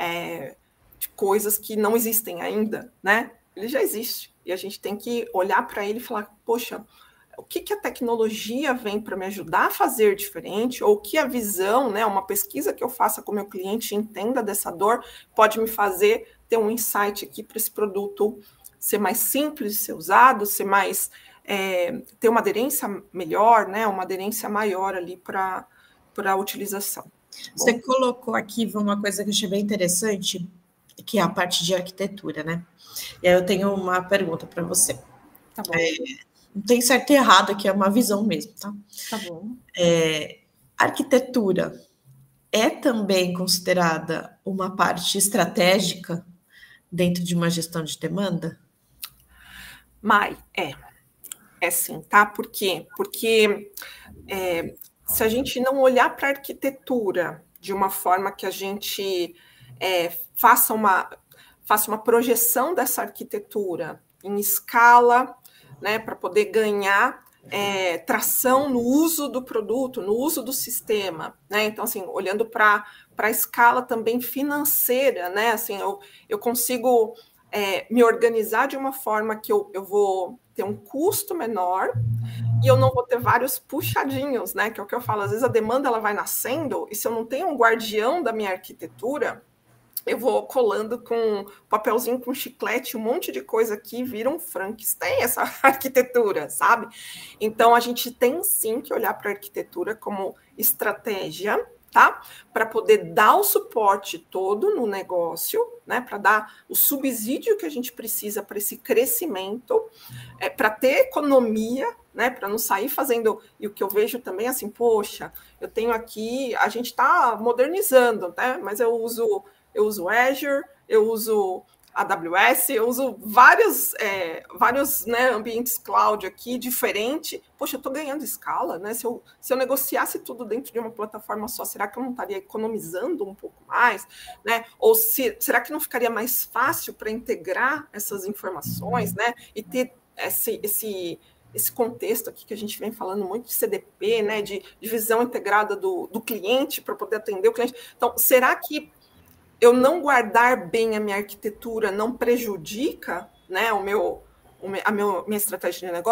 É, de coisas que não existem ainda, né? Ele já existe. E a gente tem que olhar para ele e falar, poxa, o que, que a tecnologia vem para me ajudar a fazer diferente? Ou o que a visão, né, uma pesquisa que eu faça com o meu cliente entenda dessa dor, pode me fazer ter um insight aqui para esse produto ser mais simples de ser usado, ser mais... É, ter uma aderência melhor, né? Uma aderência maior ali para a utilização. Você Bom, colocou aqui uma coisa que eu achei bem interessante, que é a parte de arquitetura, né? E aí eu tenho uma pergunta para você. Tá bom. É, não tem certo e errado, aqui é uma visão mesmo, tá? Tá bom. É, arquitetura é também considerada uma parte estratégica dentro de uma gestão de demanda? Mai, é. É sim, tá? Por quê? Porque é, se a gente não olhar para a arquitetura de uma forma que a gente é, faça, uma, faça uma projeção dessa arquitetura em escala, né, para poder ganhar é, tração no uso do produto, no uso do sistema, né? Então, assim, olhando para a escala também financeira, né? Assim, eu, eu consigo é, me organizar de uma forma que eu, eu vou ter um custo menor e eu não vou ter vários puxadinhos, né? Que é o que eu falo, às vezes a demanda ela vai nascendo e se eu não tenho um guardião da minha arquitetura, eu vou colando com papelzinho com chiclete, um monte de coisa aqui, vira um Frankenstein essa arquitetura, sabe? Então a gente tem sim que olhar para a arquitetura como estratégia, tá? Para poder dar o suporte todo no negócio, né? Para dar o subsídio que a gente precisa para esse crescimento, é, para ter economia, né? Para não sair fazendo. E o que eu vejo também assim, poxa, eu tenho aqui, a gente está modernizando, né? Mas eu uso, eu uso Azure, eu uso A W S, eu uso vários, é, vários né, ambientes cloud aqui, diferente. Poxa, eu estou ganhando escala, né? Se eu, se eu negociasse tudo dentro de uma plataforma só, será que eu não estaria economizando um pouco mais? Né? Ou se, será que não ficaria mais fácil para integrar essas informações, né? E ter esse, esse, esse contexto aqui que a gente vem falando muito de C D P, né? De, de visão integrada do, do cliente para poder atender o cliente. Então, será que eu não guardar bem a minha arquitetura não prejudica, né, o meu, o meu, a meu, minha estratégia de negócio?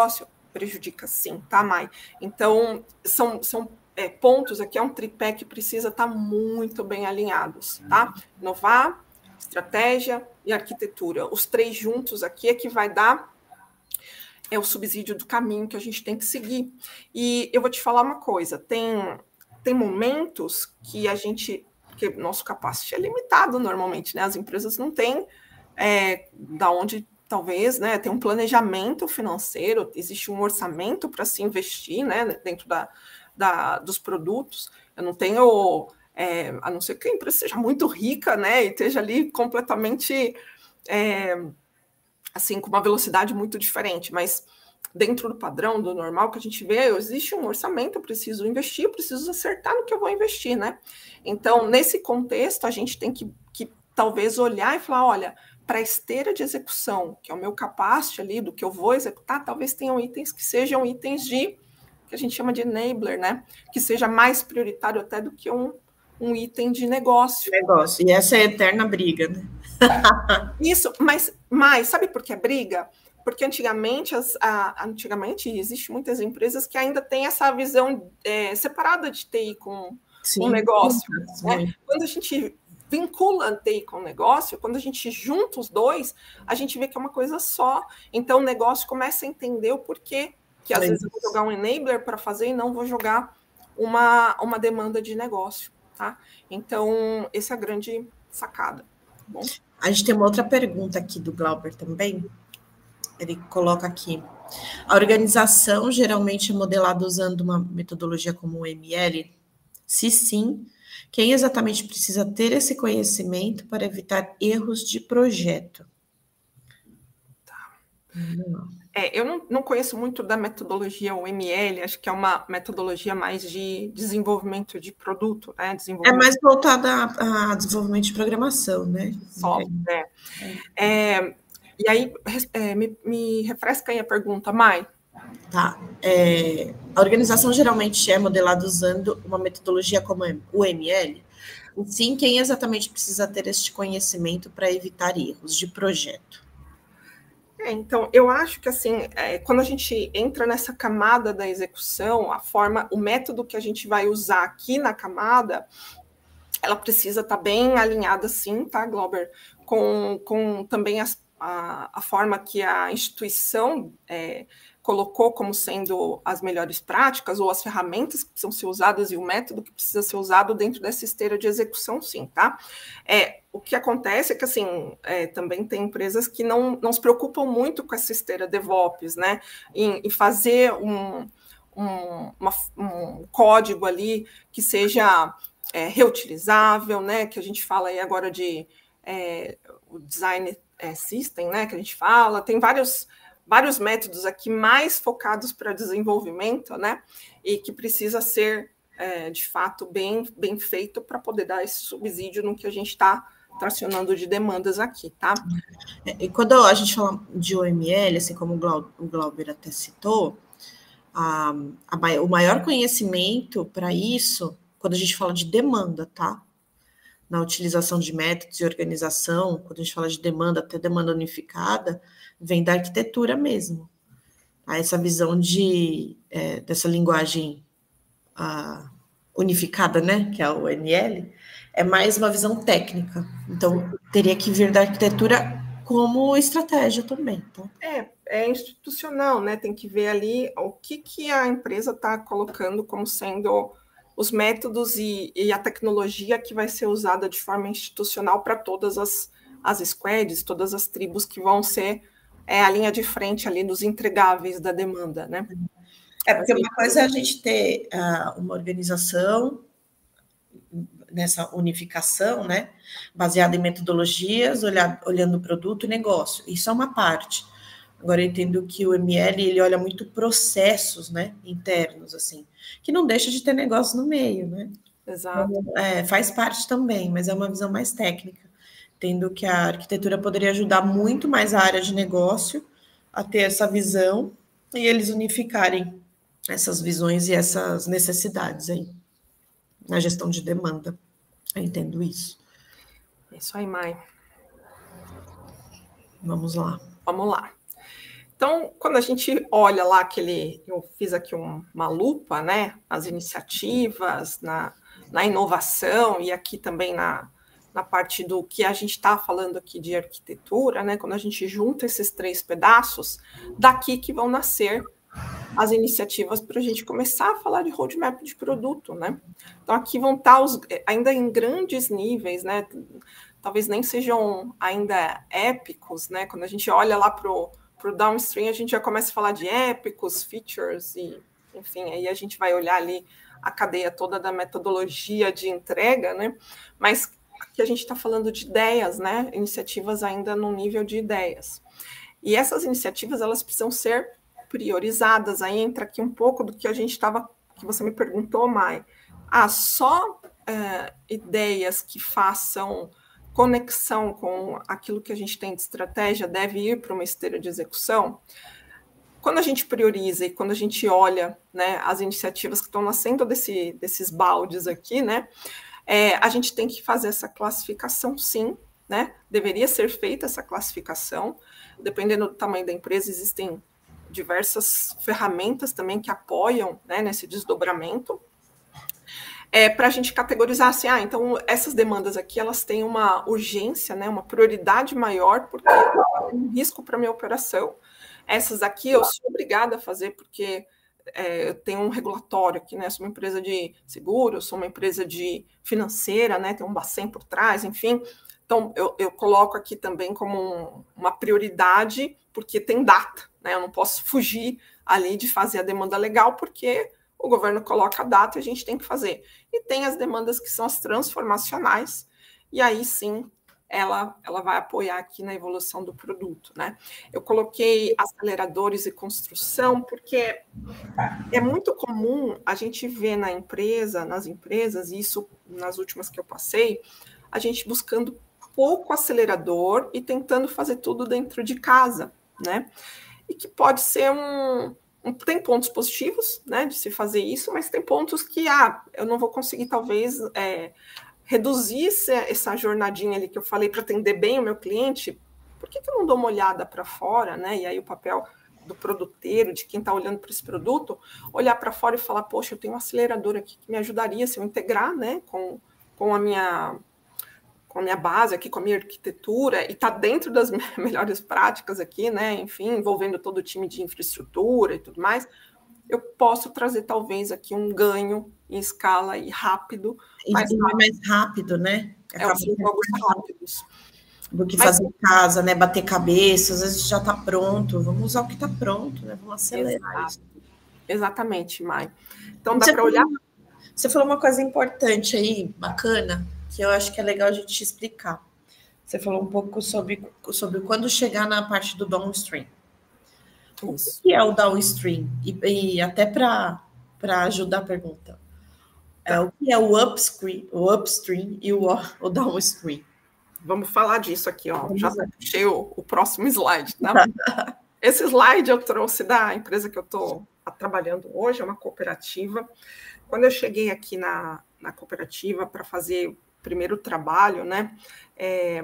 prejudica sim, tá, Mai? Então, são, são é, pontos aqui, é um tripé que precisa estar muito bem alinhados, tá? Inovar, estratégia e arquitetura. Os três juntos aqui é que vai dar é o subsídio do caminho que a gente tem que seguir. E eu vou te falar uma coisa, tem, tem momentos que a gente, porque nosso capacity é limitado normalmente, né? As empresas não têm é, da onde, talvez, né, tem um planejamento financeiro, existe um orçamento para se investir, né, dentro da, da, dos produtos. Eu não tenho, é, a não ser que a empresa seja muito rica, né, e esteja ali completamente... É, assim, com uma velocidade muito diferente, mas dentro do padrão, do normal que a gente vê, existe um orçamento, eu preciso investir, eu preciso acertar no que eu vou investir, né? Então, nesse contexto, a gente tem que, que talvez olhar e falar, olha, para a esteira de execução, que é o meu capacity ali, do que eu vou executar, talvez tenham itens que sejam itens de, que a gente chama de enabler, né? Que seja mais prioritário até do que um, um item de negócio. Negócio, e essa é a eterna briga, né? Isso, mas, mas sabe por que é briga? Porque antigamente, as, a, antigamente existe muitas empresas que ainda têm essa visão é, separada de T I com o negócio. Sim, né? Quando a gente vincula T I com o negócio, quando a gente junta os dois, a gente vê que é uma coisa só. Então o negócio começa a entender o porquê que às é vezes eu vou jogar um enabler para fazer e não vou jogar uma, uma demanda de negócio. Tá? Então, essa é a grande sacada. Tá bom? A gente tem uma outra pergunta aqui do Glauber também. Ele coloca aqui. A organização geralmente é modelada usando uma metodologia como o M L? Se sim, quem exatamente precisa ter esse conhecimento para evitar erros de projeto? Tá. É, eu não, não conheço muito da metodologia o M L, acho que é uma metodologia mais de desenvolvimento de produto, né? É mais voltada a, a desenvolvimento de programação, né? Software. É. É, e aí, é, me, me refresca aí a pergunta, Mai. Tá. É, a organização geralmente é modelada usando uma metodologia como o M L? Sim, quem exatamente precisa ter este conhecimento para evitar erros de projeto? É, então, eu acho que, assim, é, quando a gente entra nessa camada da execução, a forma, o método que a gente vai usar aqui na camada, ela precisa estar tá bem alinhada, sim, tá, Glauber? Com, com também as, a, a forma que a instituição é, colocou como sendo as melhores práticas, ou as ferramentas que precisam ser usadas e o método que precisa ser usado dentro dessa esteira de execução, sim, tá? É, o que acontece é que, assim, é, também tem empresas que não, não se preocupam muito com essa esteira DevOps, né? Em, em fazer um, um, uma, um código ali que seja é, reutilizável, né? Que a gente fala aí agora de é, o design é, system, né? Que a gente fala, tem vários... vários métodos aqui mais focados para desenvolvimento, né? E que precisa ser, é, de fato, bem, bem feito para poder dar esse subsídio no que a gente está tracionando de demandas aqui, tá? E quando a gente fala de O M L, assim como o Glauber até citou, a, a, o maior conhecimento para isso, quando a gente fala de demanda, tá? Na utilização de métodos e organização, quando a gente fala de demanda, até demanda unificada, vem da arquitetura mesmo. Tá? Essa visão de, é, dessa linguagem a, unificada, né, que é o O M L, é mais uma visão técnica. Então, teria que vir da arquitetura como estratégia também. Tá? É, é institucional, né? Tem que ver ali o que, que a empresa está colocando como sendo os métodos e, e a tecnologia que vai ser usada de forma institucional para todas as, as squads, todas as tribos que vão ser é, a linha de frente ali dos entregáveis da demanda, né? É, porque uma coisa é a gente ter uh, uma organização nessa unificação, né, baseada em metodologias, olhar, olhando o produto e negócio. Isso é uma parte. Agora, eu entendo que o M L, ele olha muito processos, né, internos, assim, que não deixa de ter negócio no meio, né? Exato. Então, é, faz parte também, mas é uma visão mais técnica. Entendo que a arquitetura poderia ajudar muito mais a área de negócio a ter essa visão e eles unificarem essas visões e essas necessidades aí na gestão de demanda. Eu entendo isso. É isso aí, Mai. Vamos lá. Vamos lá. Então, quando a gente olha lá aquele, eu fiz aqui um, uma lupa, né, nas iniciativas, na, na inovação e aqui também na, na parte do que a gente está falando aqui de arquitetura, né, quando a gente junta esses três pedaços, daqui que vão nascer as iniciativas para a gente começar a falar de roadmap de produto, né? Então, aqui vão estar os, ainda em grandes níveis, né? Talvez nem sejam ainda épicos, né? Quando a gente olha lá para o downstream, a gente já começa a falar de épicos, features, e, enfim, aí a gente vai olhar ali a cadeia toda da metodologia de entrega, né? Mas aqui a gente está falando de ideias, né? Iniciativas ainda no nível de ideias. E essas iniciativas, elas precisam ser priorizadas. Aí entra aqui um pouco do que a gente estava, que você me perguntou, Mai. Ah, só é, ideias que façam conexão com aquilo que a gente tem de estratégia deve ir para uma esteira de execução? Quando a gente prioriza e quando a gente olha, né, as iniciativas que estão nascendo desse, desses baldes aqui, né, é, a gente tem que fazer essa classificação, sim, né? Deveria ser feita essa classificação. Dependendo do tamanho da empresa, existem diversas ferramentas também que apoiam, né, nesse desdobramento, é, para a gente categorizar assim, ah, então essas demandas aqui, elas têm uma urgência, né, uma prioridade maior, porque é um risco para a minha operação. Essas aqui eu sou obrigada a fazer, porque é, eu tenho um regulatório aqui, né, sou uma empresa de seguro, sou uma empresa de financeira, né, tem um Bacen por trás, enfim. Então, eu, eu coloco aqui também como um, uma prioridade, porque tem data, né? Eu não posso fugir ali de fazer a demanda legal, porque o governo coloca a data e a gente tem que fazer. E tem as demandas que são as transformacionais, e aí sim, ela, ela vai apoiar aqui na evolução do produto, né? Eu coloquei aceleradores e construção, porque é muito comum a gente ver na empresa, nas empresas, e isso nas últimas que eu passei, a gente buscando pouco acelerador e tentando fazer tudo dentro de casa, né? E que pode ser um, um... Tem pontos positivos, né, de se fazer isso, mas tem pontos que, ah, eu não vou conseguir, talvez, é, reduzir essa, essa jornadinha ali que eu falei para atender bem o meu cliente. Por que, que eu não dou uma olhada para fora, né? E aí o papel do produteiro, de quem está olhando para esse produto, olhar para fora e falar, poxa, eu tenho um acelerador aqui que me ajudaria se eu integrar, né, com, com a minha... com a minha base aqui, com a minha arquitetura, e está dentro das melhores práticas aqui, né, enfim, envolvendo todo o time de infraestrutura e tudo mais, eu posso trazer talvez aqui um ganho em escala e rápido. E mais rápido, mais rápido, né? É, os jogos rápidos. Do que fazer em casa, né, bater cabeça, às vezes já está pronto, vamos usar o que está pronto, né, vamos acelerar Exato. isso. Exatamente, Mai. Então dá para olhar... Você falou uma coisa importante aí, bacana, que eu acho que é legal a gente explicar. Você falou um pouco sobre, sobre quando chegar na parte do downstream. Isso. O que é o downstream? E, e até para ajudar a pergunta. Tá. É, o que é o upstream, o upstream e o, o downstream? Vamos falar disso aqui, ó. Já puxei o, o próximo slide, tá? Esse slide eu trouxe da empresa que eu estou trabalhando hoje, é uma cooperativa. Quando eu cheguei aqui na, na cooperativa para fazer o primeiro trabalho, né, é,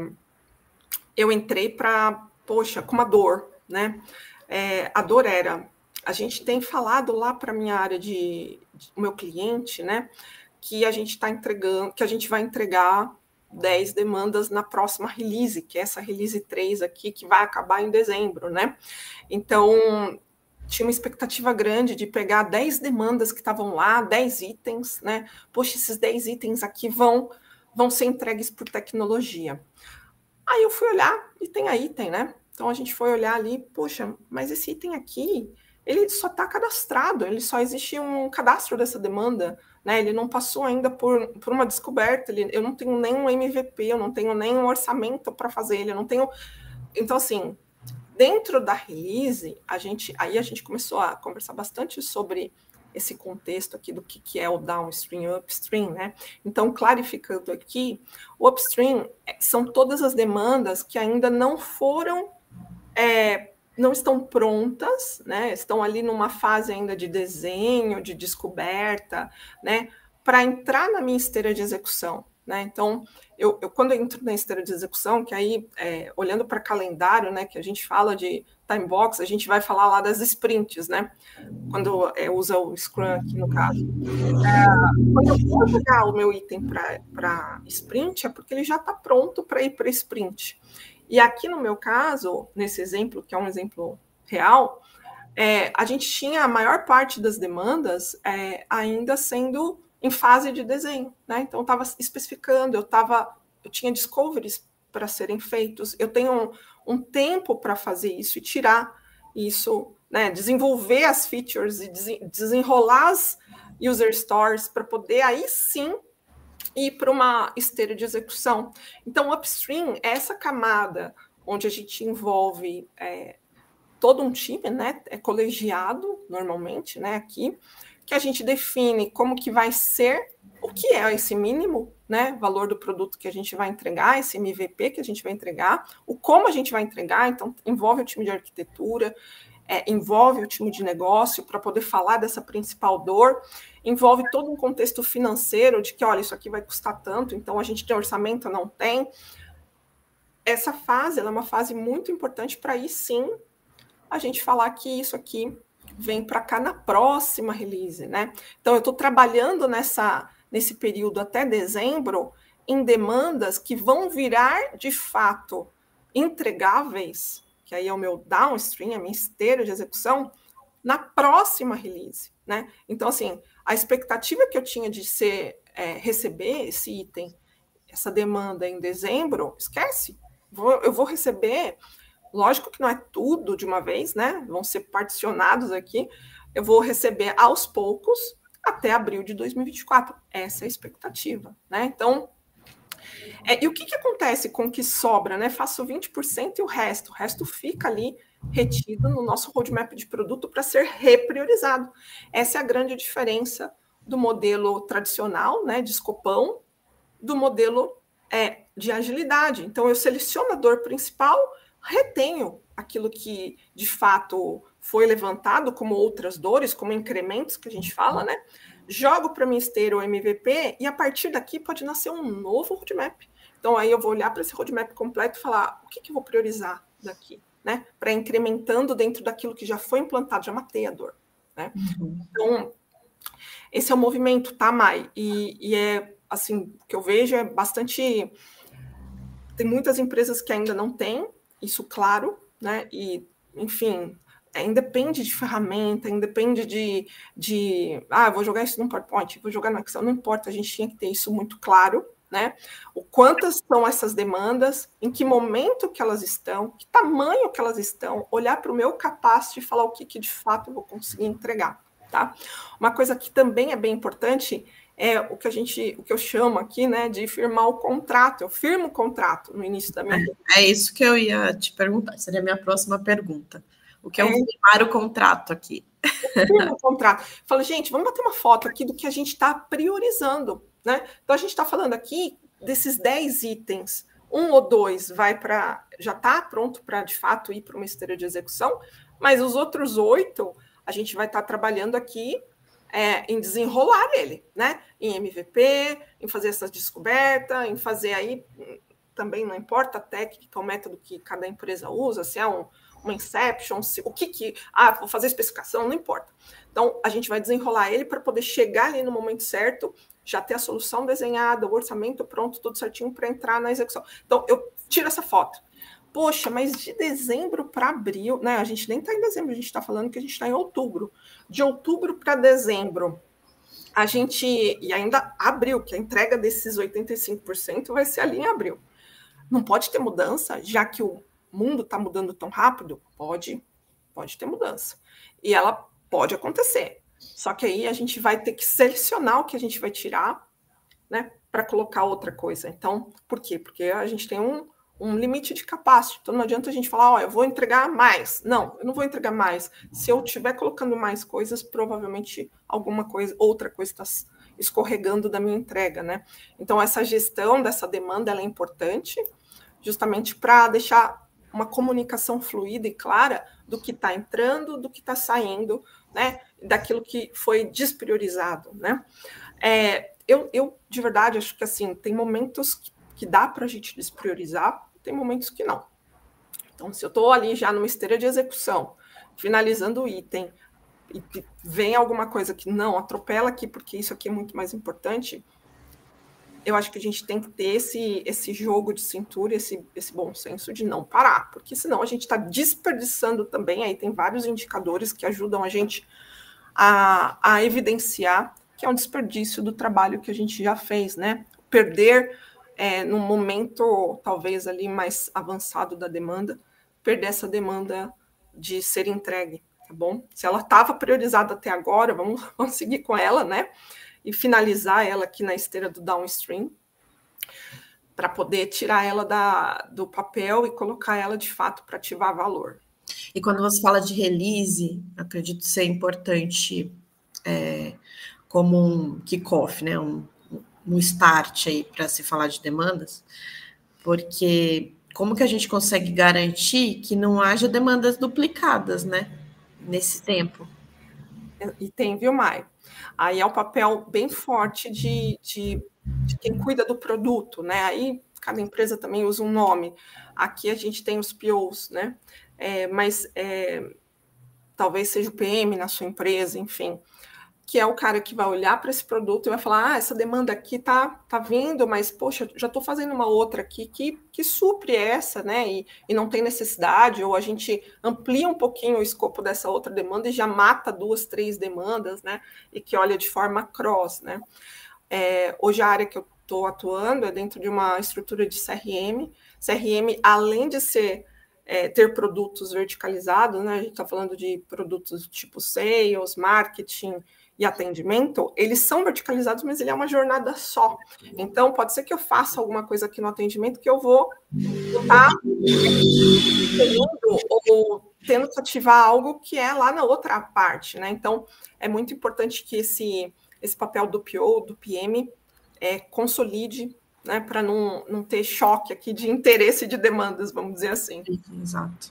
eu entrei para, poxa, com uma dor, né? É, a dor era, a gente tem falado lá para a minha área de, de meu cliente, né, que a gente está entregando, que a gente vai entregar dez demandas na próxima release, que é essa release três aqui, que vai acabar em dezembro, né? Então, tinha uma expectativa grande de pegar dez demandas que estavam lá, dez itens, né? Poxa, esses dez itens aqui vão, vão ser entregues por tecnologia. Aí eu fui olhar e tem a item, né? Então a gente foi olhar ali, poxa, mas esse item aqui, ele só está cadastrado, ele só existe um cadastro dessa demanda, né? Ele não passou ainda por, por uma descoberta, ele, eu não tenho nem um M V P, eu não tenho nem um orçamento para fazer ele, eu não tenho... Então, assim, dentro da release, a gente, aí a gente começou a conversar bastante sobre esse contexto aqui do que, que é o downstream e o upstream, né? Então, clarificando aqui, o upstream são todas as demandas que ainda não foram, é, não estão prontas, né? Estão ali numa fase ainda de desenho, de descoberta, né? Para entrar na minha esteira de execução. né? Então, eu, eu quando eu entro na esteira de execução, que aí, é, olhando para calendário, né, que a gente fala de time box, a gente vai falar lá das sprints, né? Quando é, usa o Scrum aqui no caso. É, quando eu vou pegar o meu item para sprint, é porque ele já está pronto para ir para sprint. E aqui no meu caso, nesse exemplo, que é um exemplo real, é, a gente tinha a maior parte das demandas é, ainda sendo em fase de desenho, né? Então eu estava especificando, eu tava, eu tinha discoveries para serem feitos, eu tenho um, um tempo para fazer isso e tirar isso, né? Desenvolver as features e desenrolar as user stories para poder aí sim ir para uma esteira de execução. Então, upstream é essa camada onde a gente envolve é, todo um time, né? É colegiado normalmente, né? Aqui, que a gente define como que vai ser, o que é esse mínimo, né? Valor do produto que a gente vai entregar, esse M V P que a gente vai entregar, o como a gente vai entregar, então envolve o time de arquitetura, é, envolve o time de negócio para poder falar dessa principal dor, envolve todo um contexto financeiro de que, olha, isso aqui vai custar tanto, então a gente tem orçamento, não tem. Essa fase, ela é uma fase muito importante para aí sim a gente falar que isso aqui vem para cá na próxima release, né? Então, eu estou trabalhando nessa, nesse período até dezembro em demandas que vão virar, de fato, entregáveis, que aí é o meu downstream, a minha esteira de execução, na próxima release, né? Então, assim, a expectativa que eu tinha de ser, é, receber esse item, essa demanda em dezembro, esquece. Vou, eu vou receber... Lógico que não é tudo de uma vez, né? Vão ser particionados aqui. Eu vou receber aos poucos até abril de dois mil e vinte e quatro. Essa é a expectativa, né? Então, é, e o que, que acontece com o que sobra, né? Faço vinte por cento e o resto. O resto fica ali retido no nosso roadmap de produto para ser repriorizado. Essa é a grande diferença do modelo tradicional, né? De escopão, do modelo é, de agilidade. Então, eu seleciono a dor principal, retenho aquilo que, de fato, foi levantado como outras dores, como incrementos que a gente fala, né? Jogo para minha esteira o M V P e, a partir daqui, pode nascer um novo roadmap. Então, aí eu vou olhar para esse roadmap completo e falar o que, que eu vou priorizar daqui, né? Para incrementando dentro daquilo que já foi implantado, já matei a dor, né? Uhum. Então, esse é o movimento, tá, Mai? E, e é, assim, o que eu vejo é bastante... Tem muitas empresas que ainda não têm isso claro, né? E, enfim, é, independe de ferramenta, independe de, de... Ah, vou jogar isso no PowerPoint, vou jogar no Excel, não importa, a gente tinha que ter isso muito claro, né? O quantas são essas demandas, em que momento que elas estão, que tamanho que elas estão, olhar para o meu capacity e falar o que, que de fato eu vou conseguir entregar, tá? Uma coisa que também é bem importante é o que a gente, o que eu chamo aqui, né, de firmar o contrato. Eu firmo o contrato no início da minha... É, é isso que eu ia te perguntar, seria a minha próxima pergunta. O que é, é firmar o contrato aqui? Eu firmo o contrato. Falo, gente, vamos bater uma foto aqui do que a gente está priorizando, né? Então, a gente está falando aqui desses dez itens, um ou dois vai para... já está pronto para, de fato, ir para uma esteira de execução, mas os outros oito, a gente vai estar tá trabalhando aqui É, em desenrolar ele, né? Em M V P, em fazer essa descoberta, em fazer aí, também não importa a técnica, o método que cada empresa usa, se é um, uma inception, se, o que que... Ah, vou fazer especificação, não importa. Então, a gente vai desenrolar ele para poder chegar ali no momento certo, já ter a solução desenhada, o orçamento pronto, tudo certinho para entrar na execução. Então, eu tiro essa foto. Poxa, mas de dezembro para abril, né? A gente nem está em dezembro, a gente está falando que a gente está em outubro. De outubro para dezembro, a gente, e ainda abril, que a entrega desses oitenta e cinco por cento vai ser ali em abril. Não pode ter mudança, já que o mundo está mudando tão rápido? Pode, pode ter mudança. E ela pode acontecer. Só que aí a gente vai ter que selecionar o que a gente vai tirar, né? Para colocar outra coisa. Então, por quê? Porque a gente tem um um limite de capacidade. Então, não adianta a gente falar, ó, eu vou entregar mais. Não, eu não vou entregar mais. Se eu estiver colocando mais coisas, provavelmente alguma coisa, outra coisa está escorregando da minha entrega, né? Então, essa gestão dessa demanda, ela é importante, justamente para deixar uma comunicação fluida e clara do que está entrando, do que está saindo, né? Daquilo que foi despriorizado, né? É, eu, eu, de verdade, acho que assim, tem momentos que, que dá para a gente despriorizar, tem momentos que não. Então, se eu estou ali já numa esteira de execução, finalizando o item, e vem alguma coisa que não, atropela aqui, porque isso aqui é muito mais importante, eu acho que a gente tem que ter esse, esse jogo de cintura, esse, esse bom senso de não parar, porque senão a gente está desperdiçando também, aí tem vários indicadores que ajudam a gente a, a evidenciar que é um desperdício do trabalho que a gente já fez, né? Perder, é, num momento talvez ali mais avançado da demanda, perder essa demanda de ser entregue, tá bom? Se ela estava priorizada até agora, vamos, vamos seguir com ela, né? E finalizar ela aqui na esteira do downstream, para poder tirar ela da, do papel e colocar ela de fato para ativar valor. E quando você fala de release, acredito ser importante é, como um kickoff, né? Um, um start aí para se falar de demandas, porque como que a gente consegue garantir que não haja demandas duplicadas, né? Nesse tempo. E tem, viu, Mai? Aí é um papel bem forte de, de, de quem cuida do produto, né? Aí cada empresa também usa um nome. Aqui a gente tem os P Os, né? É, mas é, talvez seja o P M na sua empresa, enfim, que é o cara que vai olhar para esse produto e vai falar, ah, essa demanda aqui tá, tá vindo, mas, poxa, já estou fazendo uma outra aqui que, que supre essa, né, e, e não tem necessidade, ou a gente amplia um pouquinho o escopo dessa outra demanda e já mata duas, três demandas, né, e que olha de forma cross, né. É, hoje a área que eu estou atuando é dentro de uma estrutura de C R M. C R M, além de ser É, ter produtos verticalizados, né? A gente está falando de produtos tipo sales, marketing e atendimento, eles são verticalizados, mas ele é uma jornada só. Então, pode ser que eu faça alguma coisa aqui no atendimento que eu vou estar ou tendo que ativar algo que é lá na outra parte, né? Então, é muito importante que esse, esse papel do P O, do P M, é, consolide, né, para não, não ter choque aqui de interesse de demandas, vamos dizer assim. Exato.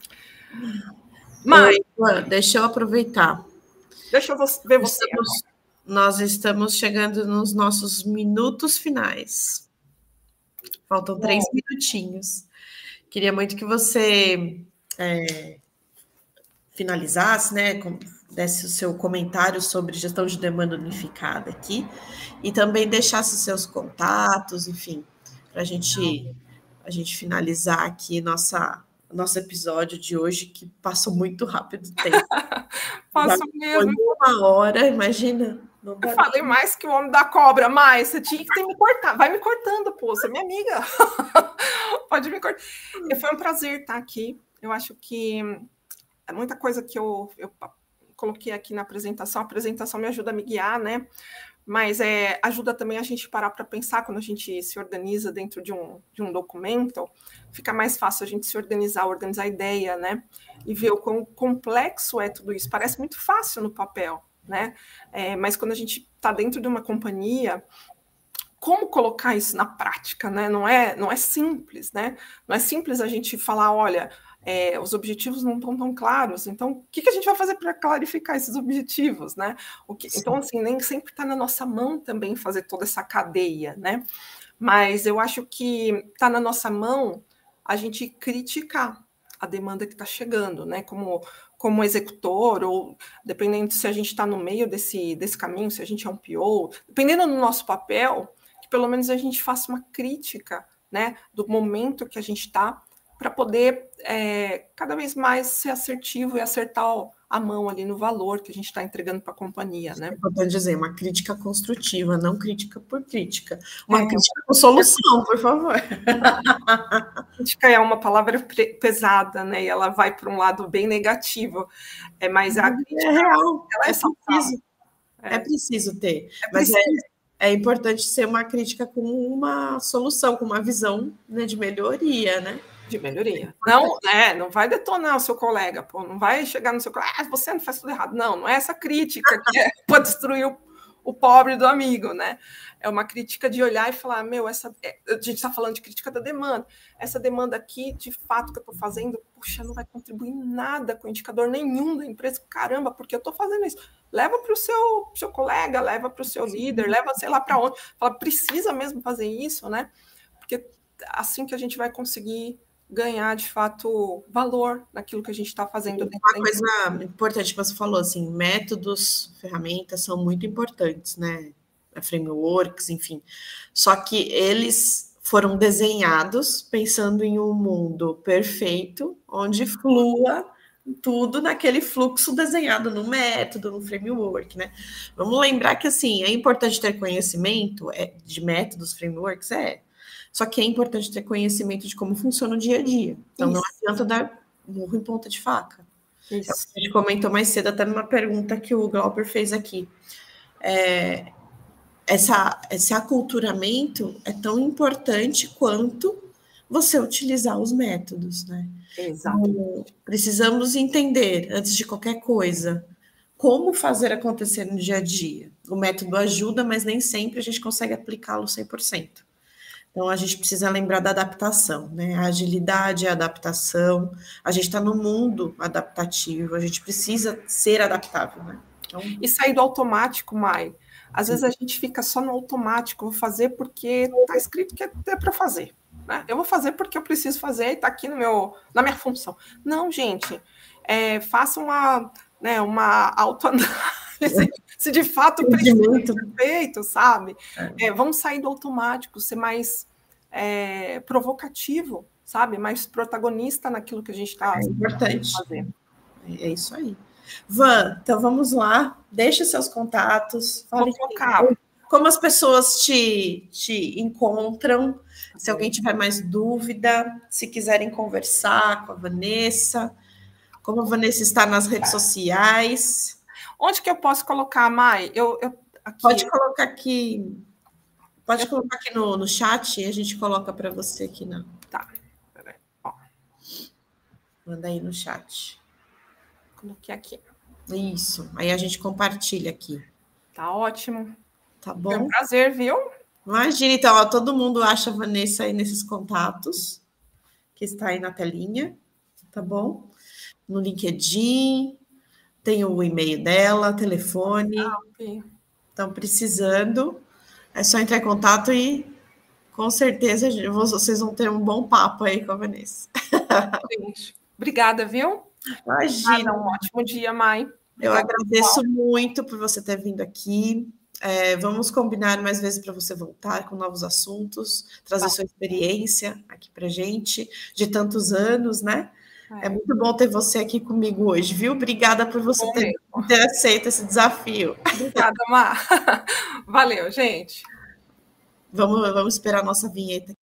Mas, Oi, deixa eu aproveitar. Deixa eu ver você. Estamos, nós estamos chegando nos nossos minutos finais. Faltam Bom. três minutinhos. Queria muito que você é, finalizasse, né, desse o seu comentário sobre gestão de demanda unificada aqui e também deixasse os seus contatos, enfim, para a gente, a gente finalizar aqui nossa, nosso episódio de hoje, que passou muito rápido o tempo. Passou mesmo. Foi uma hora, imagina. Não eu falei mais que o homem da cobra, mas você tinha que ter me cortado. Vai me cortando, pô, você é minha amiga. Pode me cortar. E foi um prazer estar aqui. Eu acho que é muita coisa que eu, eu coloquei aqui na apresentação. A apresentação me ajuda a me guiar, né? Mas é, ajuda também a gente parar para pensar quando a gente se organiza dentro de um, de um documento, fica mais fácil a gente se organizar, organizar a ideia, né? E ver o quão complexo é tudo isso. Parece muito fácil no papel, né? É, mas quando a gente está dentro de uma companhia, como colocar isso na prática, né? Não é, não é simples, né? Não é simples a gente falar, olha, é, os objetivos não estão tão claros, então o que, que a gente vai fazer para clarificar esses objetivos, né? O que, então, assim, nem sempre está na nossa mão também fazer toda essa cadeia, né? Mas eu acho que está na nossa mão a gente criticar a demanda que está chegando, né? Como, como executor, ou dependendo se a gente está no meio desse, desse caminho, se a gente é um P O, dependendo do nosso papel, que pelo menos a gente faça uma crítica, né, do momento que a gente está, para poder é, cada vez mais ser assertivo e acertar a mão ali no valor que a gente está entregando para a companhia, né? É importante dizer, uma crítica construtiva, não crítica por crítica. Uma é, crítica com solução, por favor. Crítica é uma palavra pesada, né? E ela vai para um lado bem negativo. É, mas a crítica é real, ela é, é preciso, é. é preciso ter. É mas preciso. É, é importante ser uma crítica com uma solução, com uma visão, né, de melhoria, né? De melhoria. Não, é, não vai detonar o seu colega, pô, não vai chegar no seu colega, ah, você não faz tudo errado. Não, não é essa crítica que é para destruir o, o pobre do amigo, né? É uma crítica de olhar e falar, meu, essa, a gente está falando de crítica da demanda, essa demanda aqui, de fato, que eu estou fazendo, puxa, não vai contribuir nada com indicador nenhum da empresa, caramba, porque eu estou fazendo isso. Leva para o seu, seu colega, leva para o seu líder, leva, sei lá, para onde. Fala, precisa mesmo fazer isso, né? Porque assim que a gente vai conseguir ganhar, de fato, valor naquilo que a gente está fazendo. Uma coisa importante que você falou, assim, métodos, ferramentas são muito importantes, né? Frameworks, enfim. Só que eles foram desenhados pensando em um mundo perfeito, onde flua tudo naquele fluxo desenhado no método, no framework, né? Vamos lembrar que, assim, é importante ter conhecimento de métodos, frameworks, é. Só que é importante ter conhecimento de como funciona o dia a dia. Então, Isso. não adianta dar murro em ponta de faca. Isso. A gente comentou mais cedo, até numa pergunta que o Glauber fez aqui. É, essa, esse aculturamento é tão importante quanto você utilizar os métodos, né? Exato. Então, precisamos entender, antes de qualquer coisa, como fazer acontecer no dia a dia. O método ajuda, mas nem sempre a gente consegue aplicá-lo cem por cento. Então, a gente precisa lembrar da adaptação, né? A agilidade, a adaptação. A gente está no mundo adaptativo, a gente precisa ser adaptável, né? Então... E sair do automático, Mai. Às Sim. vezes a gente fica só no automático, vou fazer porque está escrito que é para fazer. Né? Eu vou fazer porque eu preciso fazer e está aqui no meu, na minha função. Não, gente, é, faça uma, né, uma autoanálise, se de fato precisa ser feito, sabe? É, vamos sair do automático, ser mais é, provocativo, sabe? Mais protagonista naquilo que a gente está é importante. Fazendo. É isso aí. Van, então vamos lá, deixa seus contatos, fale como as pessoas te, te encontram, se alguém tiver mais dúvida, se quiserem conversar com a Vanessa, como a Vanessa está nas redes sociais. Onde que eu posso colocar, Mai? Eu, eu, aqui. Pode colocar aqui, pode eu... colocar aqui no, no chat e a gente coloca para você aqui. Não. Tá, peraí. Ó. Manda aí no chat. Coloquei aqui. Isso, aí a gente compartilha aqui. Tá ótimo. Tá bom? É um prazer, viu? Imagina, então, ó, todo mundo acha a Vanessa aí nesses contatos, que está aí na telinha, tá bom? No LinkedIn, tem o e-mail dela, telefone. Ah, ok. Estão precisando, é só entrar em contato e, com certeza, vocês vão ter um bom papo aí com a Vanessa. Gente, obrigada, viu? Imagina. Ah, um ótimo dia, Mai. Eu agradeço muito por você ter vindo aqui. É, vamos combinar mais vezes para você voltar com novos assuntos, trazer tá. sua experiência aqui para gente, de tantos anos, né? É. é muito bom ter você aqui comigo hoje, viu? Obrigada por você ter, ter aceito esse desafio. Obrigada, Mar. Valeu, gente. Vamos, vamos esperar a nossa vinheta.